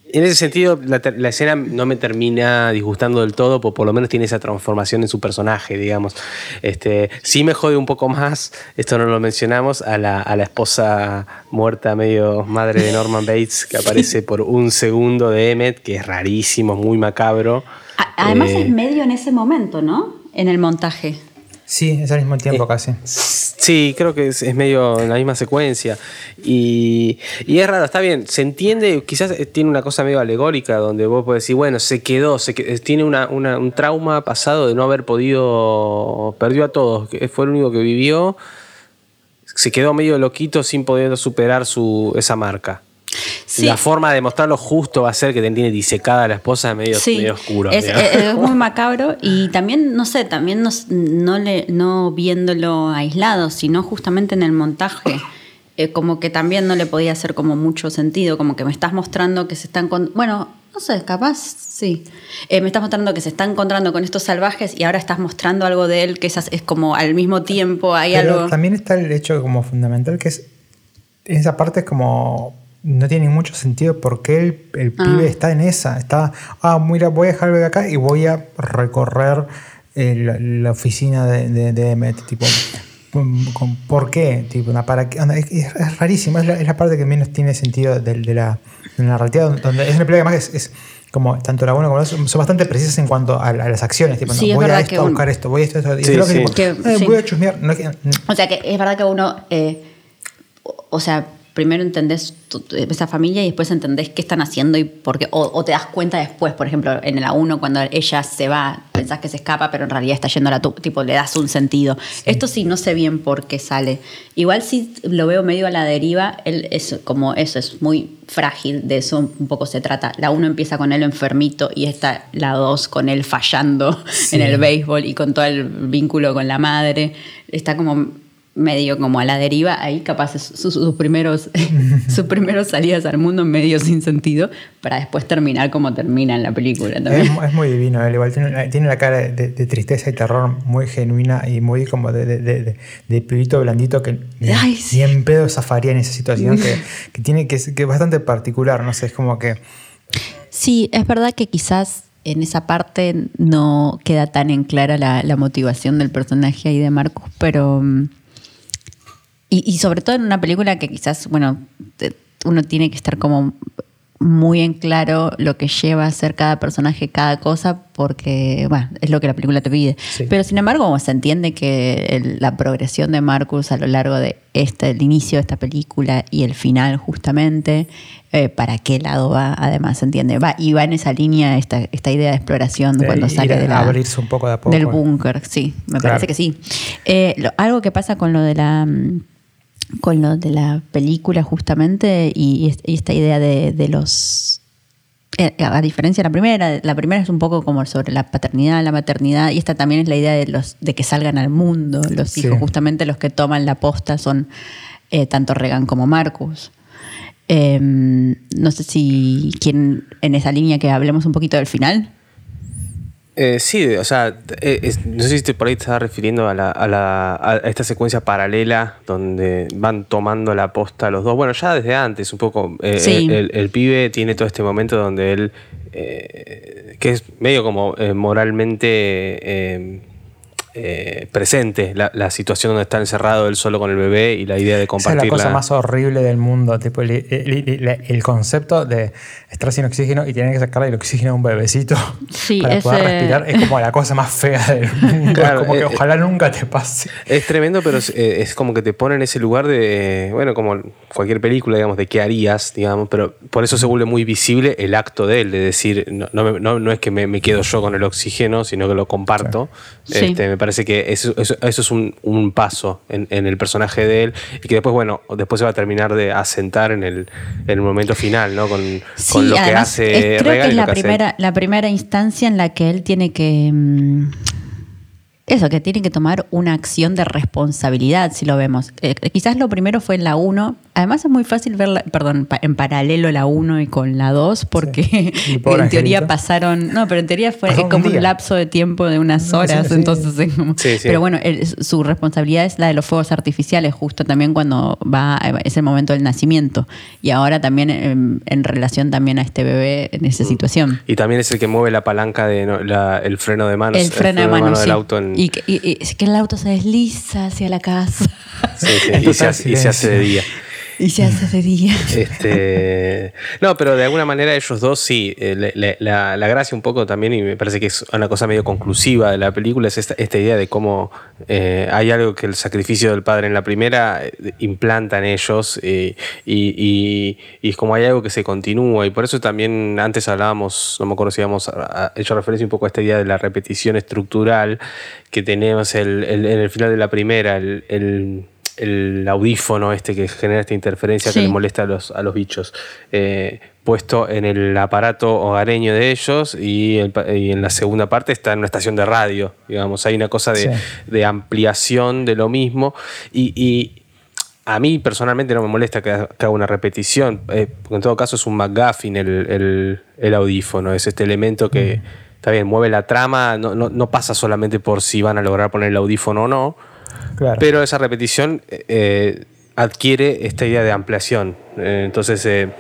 En ese sentido, la, la escena no me termina disgustando del todo, porque por lo menos tiene esa transformación en su personaje, digamos. Este, sí me jode un poco más, esto no lo mencionamos, a la, a la esposa muerta, medio madre de Norman Bates, que aparece por un segundo de Emmett, que es rarísimo, muy macabro. Además eh, es medio en ese momento, ¿no? En el montaje. Sí, es al mismo tiempo eh, casi. Sí, creo que es, es medio en la misma secuencia. Y, y es raro, está bien, se entiende, quizás tiene una cosa medio alegórica donde vos podés decir, bueno, se quedó, se quedó tiene una, una, un trauma pasado de no haber podido, perdió a todos, que fue el único que vivió, se quedó medio loquito sin poder superar su, esa marca. Sí. La forma de mostrarlo justo va a ser que tiene disecada a la esposa medio, sí, medio oscuro. Es, es, es muy macabro y también, no sé, también no, no, le, no viéndolo aislado, sino justamente en el montaje. Eh, como que también no le podía hacer como mucho sentido, como que me estás mostrando que se están... Con, bueno, no sé, capaz, sí. Eh, me estás mostrando que se está encontrando con estos salvajes y ahora estás mostrando algo de él que es, es como al mismo tiempo hay Pero algo... también está el hecho como fundamental que es... Esa parte es como... No tiene mucho sentido porque el, el ah. pibe está en esa. Está, ah, mira, voy a dejarlo de acá y voy a recorrer eh, la, la oficina de, de, de Emmett. Tipo, ¿por qué? Tipo, para qué? Es, es rarísimo. Es la, es la parte que menos tiene sentido de, de, la, de la narrativa. Donde es una película que además es, es como tanto la una como la dos son bastante precisas en cuanto a, a las acciones. Tipo, sí, no, voy a esto, a uno, buscar esto, voy a esto, esto. Y sí, es sí. que, tipo, que, eh, sí. voy a chusmear. No, que, o sea, que es verdad que uno... Eh, o sea... Primero entendés tu, tu, esa familia y después entendés qué están haciendo y por qué, o, o te das cuenta después, por ejemplo, en la uno cuando ella se va, pensás que se escapa, pero en realidad está yendo a la tu, tipo, le das un sentido. Sí. Esto sí, no sé bien por qué sale. Igual sí lo veo medio a la deriva, él es como eso, es muy frágil, de eso un poco se trata. La uno empieza con él enfermito y esta, la dos con él fallando sí. en el béisbol y con todo el vínculo con la madre. Está como... medio como a la deriva, ahí capaz sus, sus primeros sus primeros salidas al mundo medio sin sentido, para después terminar como termina en la película también. Es, es muy divino, él igual tiene, tiene la cara de, de tristeza y terror muy genuina y muy como de, de, de, de pibito blandito que Ay, ni, sí. ni en pedo zafaría en esa situación que, que tiene que, que es bastante particular, no sé, es como que... Sí, es verdad que quizás en esa parte no queda tan en clara la, la motivación del personaje ahí de Marcus, pero... Y, y sobre todo en una película que quizás, bueno, uno tiene que estar como muy en claro lo que lleva a ser cada personaje, cada cosa, porque, bueno, es lo que la película te pide. Sí. Pero sin embargo, se entiende que el, la progresión de Marcus a lo largo de este, el inicio de esta película y el final justamente, eh, para qué lado va, además, se entiende. Va, y va en esa línea esta, esta idea de exploración de cuando sale de la, abrirse un poco de a poco. Del búnker, sí, me claro. parece que sí. Eh, lo, algo que pasa con lo de la... con lo de la película justamente y, y esta idea de, de los... A diferencia de la primera, la primera es un poco como sobre la paternidad, la maternidad, y esta también es la idea de, los, de que salgan al mundo los hijos, sí. Justamente los que toman la posta son eh, tanto Regan como Marcus. Eh, no sé si quieren en esa línea que hablemos un poquito del final. Eh, sí, o sea, es, no sé si te por ahí te estás refiriendo a, la, a, la, a esta secuencia paralela donde van tomando la posta los dos. Bueno, ya desde antes, un poco. Eh, sí. el, el, el pibe tiene todo este momento donde él, eh, que es medio como eh, moralmente eh, eh, presente, la, la situación donde está encerrado él solo con el bebé y la idea de compartirla. Esa es la cosa más horrible del mundo, tipo el, el, el, el concepto de estar sin oxígeno y tener que sacarle el oxígeno a un bebecito sí, para ese... poder respirar es como la cosa más fea del mundo. Claro, como que eh, ojalá nunca te pase. Es tremendo, pero es, es como que te pone en ese lugar de, bueno, como cualquier película, digamos, de qué harías, digamos, pero por eso se vuelve muy visible el acto de él, de decir, no, no, no, no es que me, me quedo yo con el oxígeno, sino que lo comparto. Sí. Este, sí. Me parece que eso, eso, eso es un, un paso en, en el personaje de él y que después, bueno, después se va a terminar de asentar en el, en el momento final, ¿no? Con, sí, con lo que además, hace es, creo Regan que es la que primera, la primera instancia en la que él tiene que... Mmm, eso, que tiene que tomar una acción de responsabilidad, si lo vemos. Eh, quizás lo primero fue en la uno, Además es muy fácil verla, perdón, pa- en paralelo la uno y con la dos, porque Sí. Y en pobre teoría angelito. pasaron, no, pero en teoría fue Pasó un como un día. lapso de tiempo de unas No, horas, sí, sí. entonces es como- Sí, sí. pero bueno, él- su responsabilidad es la de los fuegos artificiales, justo también cuando va, es el momento del nacimiento, y ahora también en, en relación también a este bebé en esa situación. Y también es el que mueve la palanca de no, la- el freno de manos. El freno de mano, del sí. auto en- Y, que- y- y es que el auto se desliza hacia la casa Sí, sí, En y, se total hace, y se hace de día. y se hace de día. Este, no, pero de alguna manera ellos dos sí. eh, le- le- la, la gracia un poco también, y me parece que es una cosa medio conclusiva de la película, es esta, esta idea de cómo eh, hay algo que el sacrificio del padre en la primera eh, implanta en ellos eh, y, y- y es como hay algo que se continúa. Y por eso también antes hablábamos, no me acuerdo si habíamos a- a- hecho referencia un poco a esta idea de la repetición estructural que tenemos el- el- en el final de la primera, el- el el audífono este que genera esta interferencia Sí. que le molesta a los, a los bichos, eh, puesto en el aparato hogareño de ellos y, el pa- y en la segunda parte está en una estación de radio, digamos, hay una cosa de, Sí. de ampliación de lo mismo y, y a mí personalmente no me molesta que, ha- que haga una repetición, eh, porque en todo caso es un MacGuffin el, el, el audífono, es este elemento que, está bien, mueve la trama, no, no, no pasa solamente por si van a lograr poner el audífono o no, Claro. pero esa repetición eh, adquiere esta idea de ampliación. Eh, entonces, eh,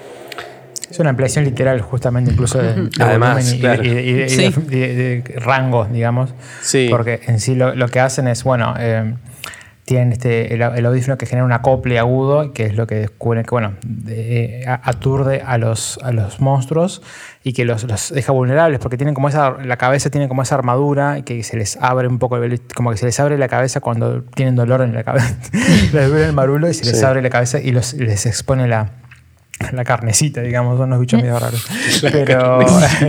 Es una ampliación literal, justamente, incluso de, de Además, volumen y, claro. y- y- y Sí. de, de- de rangos, digamos. Sí. Porque en sí lo, lo que hacen es, bueno, eh, tienen este, el, el audífono que genera un acople agudo, que es lo que descubre que, bueno, de- a- aturde a los, a los monstruos y que los, los deja vulnerables, porque tienen como esa, la cabeza tiene como esa armadura que se les abre un poco, el- como que se les abre la cabeza cuando tienen dolor en la cabeza. Les duele el marulo y se les Sí. abre la cabeza y los, les expone la, la carnecita, digamos, son unos bichos medio raros. Pero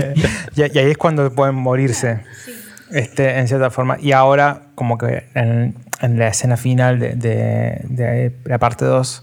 y, y ahí es cuando pueden morirse, este, en cierta forma. Y ahora, como que en, en la escena final de, de- de la parte dos,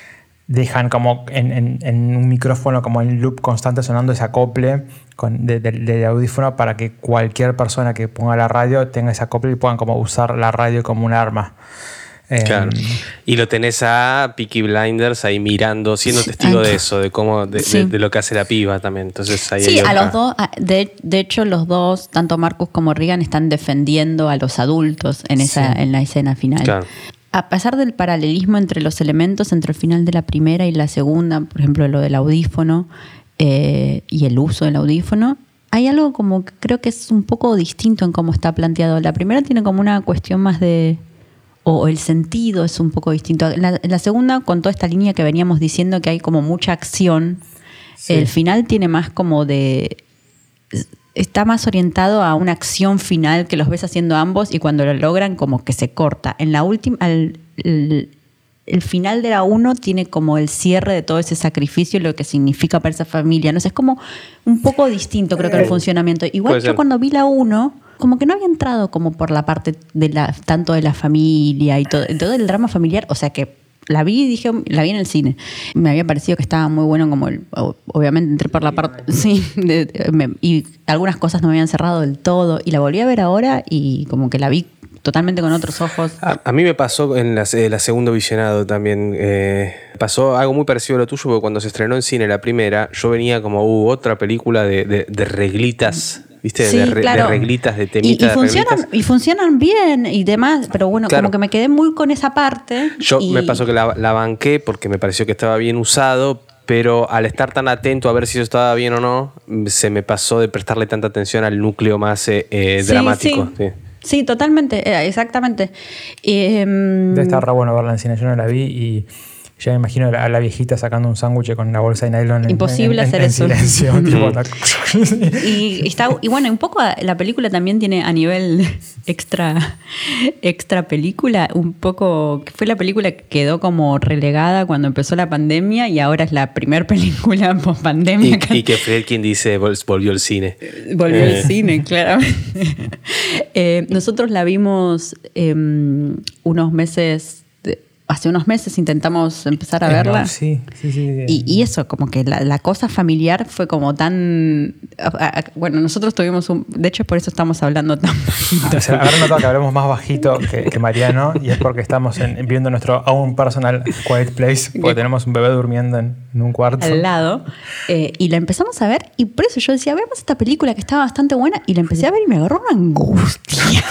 dejan como en, en- en un micrófono, como en loop constante sonando ese acople con, de, de- de audífono para que cualquier persona que ponga la radio tenga ese acople y puedan como usar la radio como un arma. Eh, claro. Y lo tenés a Peaky Blinders ahí mirando, siendo testigo de eso, de cómo, de, Sí. de- de lo que hace la piba también. Entonces ahí Sí, hay a otra- los dos, a- de, de hecho los dos, tanto Marcus como Regan, están defendiendo a los adultos en, esa, Sí. en la escena final. Claro. A pesar del paralelismo entre los elementos, entre el final de la primera y la segunda, por ejemplo, lo del audífono eh, y el uso del audífono, hay algo como que creo que es un poco distinto en cómo está planteado. La primera tiene como una cuestión más de... o el sentido es un poco distinto. En la, en la segunda, con toda esta línea que veníamos diciendo que hay como mucha acción, Sí. el final tiene más como de... está más orientado a una acción final que los ves haciendo ambos y cuando lo logran como que se corta. En la última, al- el, el final de la uno tiene como el cierre de todo ese sacrificio y lo que significa para esa familia. No sé, es como un poco distinto creo que el funcionamiento. Igual Puede yo ser. cuando vi la uno, como que no había entrado como por la parte de la, tanto de la familia y todo, todo el drama familiar, o sea que la vi y dije, la vi en el cine. Me había parecido que estaba muy bueno, como el- o- obviamente entré por la parte, sí, de- de- me- y algunas cosas no me habían cerrado del todo, y la volví a ver ahora y como que la vi totalmente con otros ojos. A, a mí me pasó en la, eh, la segundo visionado también. eh, pasó algo muy parecido a lo tuyo, porque cuando se estrenó en cine la primera, yo venía como, uh, otra película de, de, de reglitas, ¿viste? Sí, de, re- claro. de reglitas, de Y, temitas. y de funcionan, reglitas. y funcionan bien y demás, pero bueno, Claro. como que me quedé muy con esa parte. Yo y- me pasó que la, la banqué porque me pareció que estaba bien usado, pero al estar tan atento a ver si eso estaba bien o no, se me pasó de prestarle tanta atención al núcleo más eh, eh, Sí, dramático. sí. Sí. Sí, totalmente, eh, exactamente. Eh, Debe estar re bueno verla en cine. Yo no la vi y ya me imagino a la, a la viejita sacando un sándwich con una bolsa de nylon. en- Imposible en, en- hacer en eso. silencio. tipo, Y, y está, y bueno, un poco la película también tiene a nivel extra, extra película, un poco, fue la película que quedó como relegada cuando empezó la pandemia y ahora es la primera película post pandemia. Y, y que Friedkin dice, vol- volvió al cine. Volvió Eh. al cine, claramente. Eh, nosotros la vimos eh, unos meses, de- hace unos meses intentamos empezar a Eh, verla. no, sí, sí, sí. sí. Y, y eso, como que la, la cosa familiar fue como tan... a- a- Bueno, nosotros tuvimos un... De hecho, por eso estamos hablando tan bajito. O sea, habrán notado que hablamos más bajito que, que Mariano y es porque estamos en- viendo nuestro own personal quiet place porque tenemos un bebé durmiendo en, en un cuarto. Al lado. Eh, y la empezamos a ver y por eso yo decía, veamos esta película que estaba bastante buena y la empecé a ver y me agarró una angustia.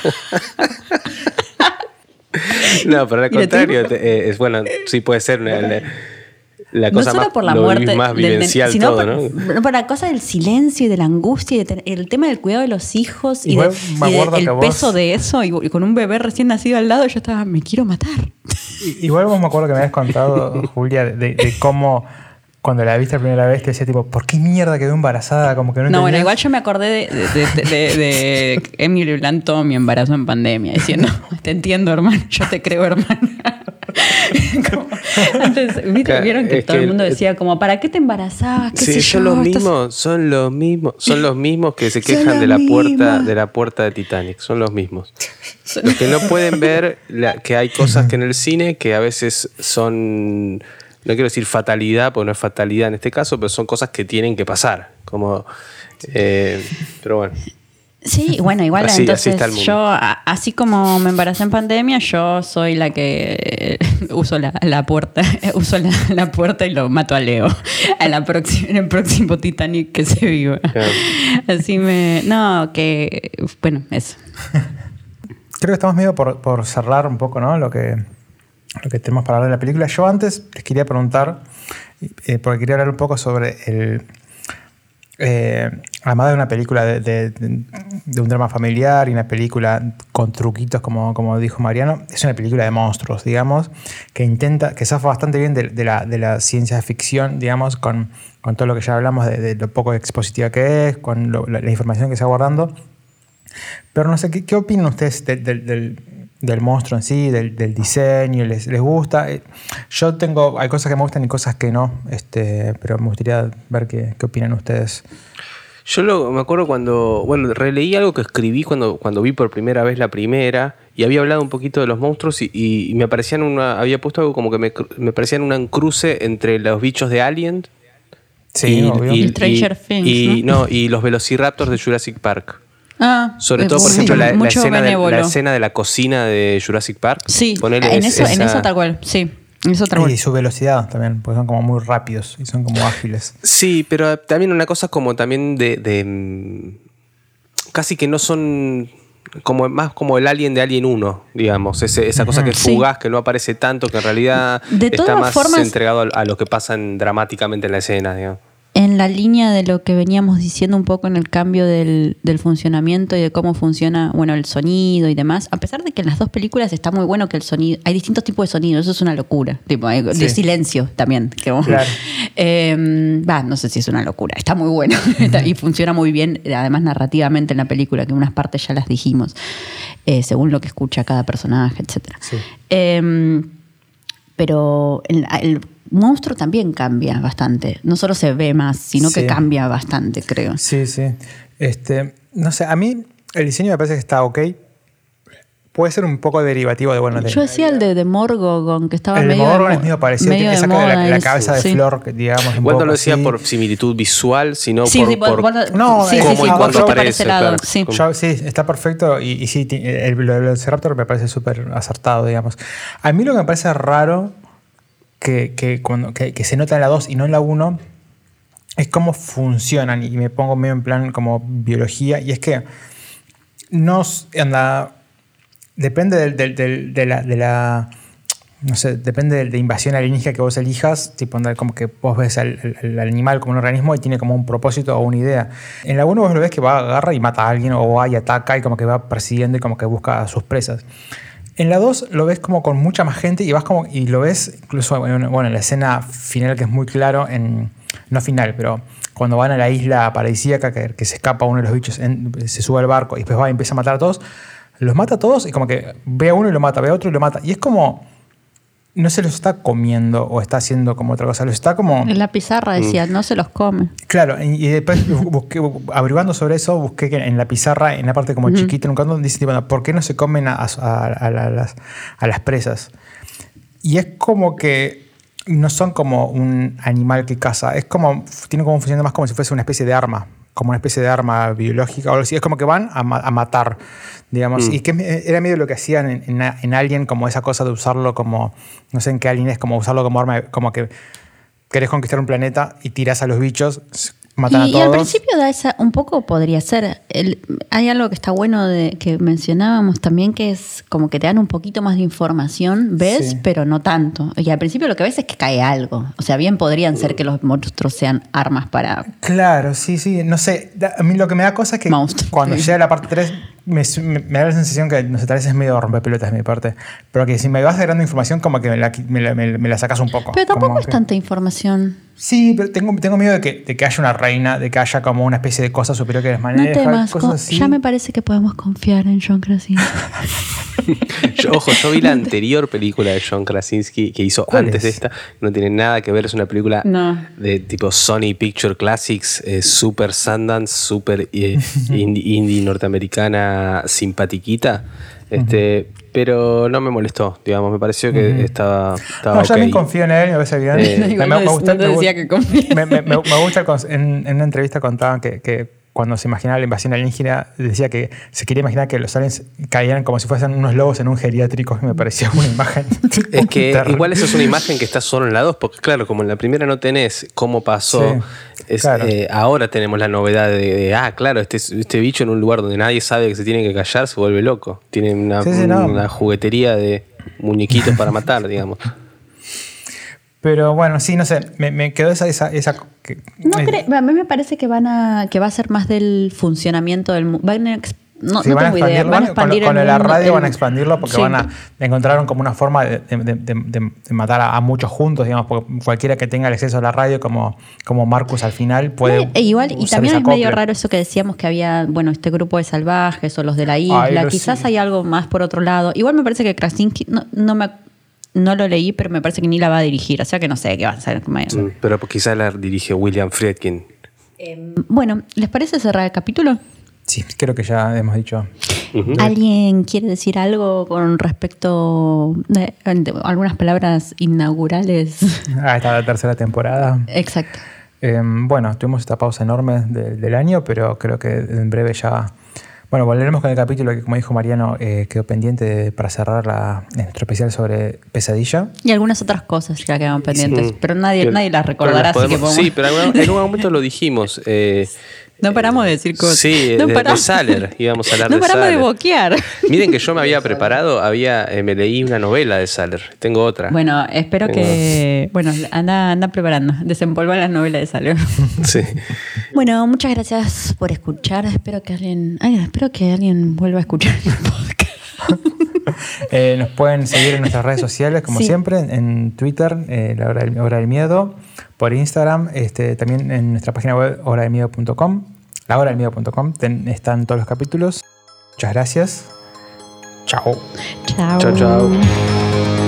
No, pero al Y la contrario, tengo- te- eh, es bueno, sí puede ser una- la, la No cosa solo más, por la lo muerte, vivís más del nen- vivencial sino todo, por, ¿no? por la cosa del silencio y de la angustia y de tener- el tema del cuidado de los hijos y, Igual de- me y de- acuerdo el que vos- peso de eso y, y con un bebé recién nacido al lado yo estaba, me quiero matar. I- Igual vos me acuerdo que me habías contado, Julia, de, de cómo cuando la viste la primera vez te decía tipo, ¿por qué mierda quedó embarazada? Como que no No, bueno, entendías. igual yo me acordé de, de, de, de- de Emily Blunt, todo mi embarazo en pandemia, diciendo, te entiendo, hermano, yo te creo, hermana. Como, antes, ¿viste? Claro, vieron que es todo que el mundo el- decía como, ¿para qué te embarazás? ¿Qué Sí, sé son yo? los Estás- mismos, son los mismos, son los mismos que se Son quejan los de la puerta, mismos. de la puerta de Titanic, son los mismos. Los que no pueden ver la- que hay cosas que en el cine que a veces son, no quiero decir fatalidad, porque no es fatalidad en este caso, pero son cosas que tienen que pasar. Como, eh, pero bueno. Sí, bueno, igual Así- así entonces está el mundo. yo, a- así como me embaracé en pandemia, yo soy la que eh, uso la, la puerta, uso la, la puerta y lo mato a Leo a la próxima, en el próximo Titanic que se viva. Claro. Así me, no, que, bueno, eso. Creo que estamos medio por, por cerrar un poco, ¿no? Lo que, lo que tenemos para hablar de la película. Yo antes les quería preguntar, eh, porque quería hablar un poco sobre el... Eh, además de una película de, de, de- de un drama familiar y una película con truquitos, como, como dijo Mariano, es una película de monstruos, digamos, que intenta, que zafa bastante bien de, de la, de la ciencia ficción, digamos, con, con todo lo que ya hablamos de, de lo poco expositiva que es, con lo- la, la información que se va guardando. Pero no sé, ¿qué, qué opinan ustedes del, del, del, del monstruo en sí, del, del diseño? ¿Les, les gusta? Eh, Yo tengo, hay cosas que me gustan y cosas que no, este, pero me gustaría ver qué, qué opinan ustedes. Yo lo, me acuerdo cuando, bueno, releí algo que escribí cuando, cuando vi por primera vez la primera y había hablado un poquito de los monstruos y, y me parecían una, había puesto algo como que me, me parecían un cruce entre los bichos de Alien Sí, obvio. Y Stranger Things, y, ¿no? no, y los velociraptors de Jurassic Park. Ah, Sobre eh, todo, por mucho- ejemplo, la, la mucho escena de, benévolo. la escena de la cocina de Jurassic Park. Sí, Ponele en, es- eso, en esa- eso tal cual, sí. En eso tal cual. Y su velocidad también, porque son como muy rápidos y son como ágiles. Sí, pero también una cosa como también de, de, mm, casi que no son como más como el Alien de Alien uno, digamos, ese- esa cosa que es Sí. fugaz, que no aparece tanto, que en realidad De está todas más formas- entregado a, a lo que pasa en- dramáticamente en la escena, digamos. En la línea de lo que veníamos diciendo un poco en el cambio del, del funcionamiento y de cómo funciona, bueno, el sonido y demás, a pesar de que en las dos películas está muy bueno que el sonido, hay distintos tipos de sonido, eso es una locura, tipo, hay- de Sí. silencio también. Que, Claro. Eh, va, no sé si es una locura, está muy bueno Está- y funciona muy bien, además narrativamente en la película, que unas partes ya las dijimos, eh, según lo que escucha cada personaje, etcétera. Sí. Eh, pero el, el monstruo también cambia bastante. No solo se ve más, sino que Sí. cambia bastante, creo. Sí, sí. Este, no sé, a mí el diseño me parece que está ok. Puede ser un poco derivativo de, bueno, de, Yo decía el de, de Morgogon, que estaba el de medio de Morgan mo- es medio parecido. medio Tiene de esa cara de la, moda la eso, cabeza de sí. flor, que, digamos, un Igual no poco lo decía así. por similitud visual, sino Sí, por, sí, por bueno, No, sí, sí, cómo sí, y sí, cuándo yo para aparece, ese lado, claro. sí. Como- Yo- sí, está perfecto y, y sí, ti- el, el Velociraptor me parece súper acertado, digamos. A mí lo que me parece raro que, que, cuando, que, que se nota en la dos y no en la uno es cómo funcionan y me pongo medio en plan como biología y es que no s- anda, depende del, del- del- de, la, de la no sé, depende de, de invasión alienígena que vos elijas, tipo andar como que vos ves al, al- al animal como un organismo y tiene como un propósito o una idea. En la uno vos lo ves que va, agarra y mata a alguien o va y ataca y como que va persiguiendo y como que busca a sus presas. En la dos lo ves como con mucha más gente y vas como y lo ves incluso bueno, bueno, en la escena final que es muy claro, en, no final, pero cuando van a la isla paradisíaca que, que se escapa uno de los bichos, en- se sube al barco y después va y empieza a matar a todos, los mata a todos y como que ve a uno y lo mata, ve a otro y lo mata. Y es como, no se los está comiendo o está haciendo como otra cosa, los está como... En la pizarra decía, no se los come. Claro, y y después busqué, averiguando sobre eso, busqué que en la pizarra, en la parte como chiquita, en un canto, dice, tipo, ¿por qué no se comen a, a- a- a las, a las presas? y es como que no son como un animal que caza, es como, tiene como función más como si fuese una especie de arma, como una especie de arma biológica o algo así. Es como que van a, ma- a matar, digamos. Mm. Y que era medio lo que hacían en, en, en Alien, como esa cosa de usarlo como, no sé en qué Alien es, como usarlo como arma, como que querés conquistar un planeta y tirás a los bichos, matan y, a todos. Y al principio da esa, un poco podría ser. El, hay algo que está bueno de, que mencionábamos también, que es como que te dan un poquito más de información, ves, sí. pero no tanto. Y al principio lo que ves es que cae algo. O sea, bien podrían ser que los monstruos sean armas para... Claro, sí, sí. No sé, a mí lo que me da cosa es que monstruo. Cuando llega a la parte tres me, me, me da la sensación que, no sé, tal vez es medio rompepelotas de mi parte, pero que si me vas agregando información como que me la, me, me, me la sacas un poco. Pero tampoco como es que... tanta información. Sí, pero tengo, tengo miedo de que, de que haya una reina, de que haya como una especie de cosa superior que les maneja. No temas, cosas así. Ya me parece que podemos confiar en John Krasinski. yo, ojo, yo vi la anterior película de John Krasinski que hizo antes es? de esta. No tiene nada que ver, es una película no. de tipo Sony Picture Classics, eh, super Sundance, super eh, indie, indie norteamericana simpatiquita. Este, uh-huh. Pero no me molestó, digamos, me pareció que uh-huh. estaba, estaba no, okay. Yo también confío en él, me parece bien. Eh, me, me, me gusta, no te decía me, que confío. Me, me, me, me gusta, en, en una entrevista contaban que, que cuando se imaginaba la invasión alienígena, decía que se quería imaginar que los aliens caían como si fuesen unos lobos en un geriátrico, y me parecía una imagen. Es que terrible. Igual eso es una imagen que está solo en la dos, porque claro, como en la primera no tenés cómo pasó, sí, es, claro. eh, ahora tenemos la novedad de, de ah, claro, este, este bicho en un lugar donde nadie sabe que se tiene que callar se vuelve loco. Tiene una, sí, sí, no. una juguetería de muñequitos para matar, digamos. Pero bueno, sí, no sé, me, me quedó esa... esa, esa que, no eh, creo, a mí me parece que van a que va a ser más del funcionamiento del mundo. Van a, no, sí, no van tengo a idea. Van a expandir con, el con la mundo, radio el, van a expandirlo porque sí. van a encontraron como una forma de, de, de, de, de matar a, a muchos juntos, digamos, porque cualquiera que tenga el acceso a la radio como, como Marcus al final puede no, e igual, y también es medio raro eso que decíamos que había, bueno, este grupo de salvajes o los de la isla. Ay, quizás sí. hay algo más por otro lado. Igual me parece que Krasinski no, no me No lo leí, pero me parece que ni la va a dirigir. O sea que no sé qué va a hacer. Mm, pero quizás la dirige William Friedkin. Eh, bueno, ¿les parece cerrar el capítulo? Sí, creo que ya hemos dicho. Uh-huh. ¿Alguien quiere decir algo con respecto de, de algunas palabras inaugurales? Ah, esta es la tercera temporada. Exacto. Eh, bueno, tuvimos esta pausa enorme de, del año, pero creo que en breve ya... Bueno, volveremos con el capítulo que, como dijo Mariano, eh, quedó pendiente de, para cerrar la, nuestro especial sobre Pesadilla. Y algunas otras cosas ya quedaron pendientes, sí. pero nadie, pero, nadie las recordará. Podemos, así que podemos... Sí, pero en algún, en algún momento lo dijimos. Eh, no paramos de decir cosas. Sí, no de, paramos. de Saller, íbamos a hablar no de paramos Saller. de boquear. Miren que yo me había preparado, había eh, me leí una novela de Saller. Tengo otra. Bueno, espero Tengo... que... Bueno, anda, anda preparando. Desempolva la novela de Saller. Sí. Bueno, muchas gracias por escuchar. Espero que alguien... Ay, espero que alguien vuelva a escuchar el podcast. eh, nos pueden seguir en nuestras redes sociales, como sí. siempre, en, en Twitter, eh, La Hora del, Hora del Miedo, por Instagram, este, también en nuestra página web hora del miedo punto com, la hora del miedo punto com, están todos los capítulos. Muchas gracias. Chao. Chao. Chao, chao.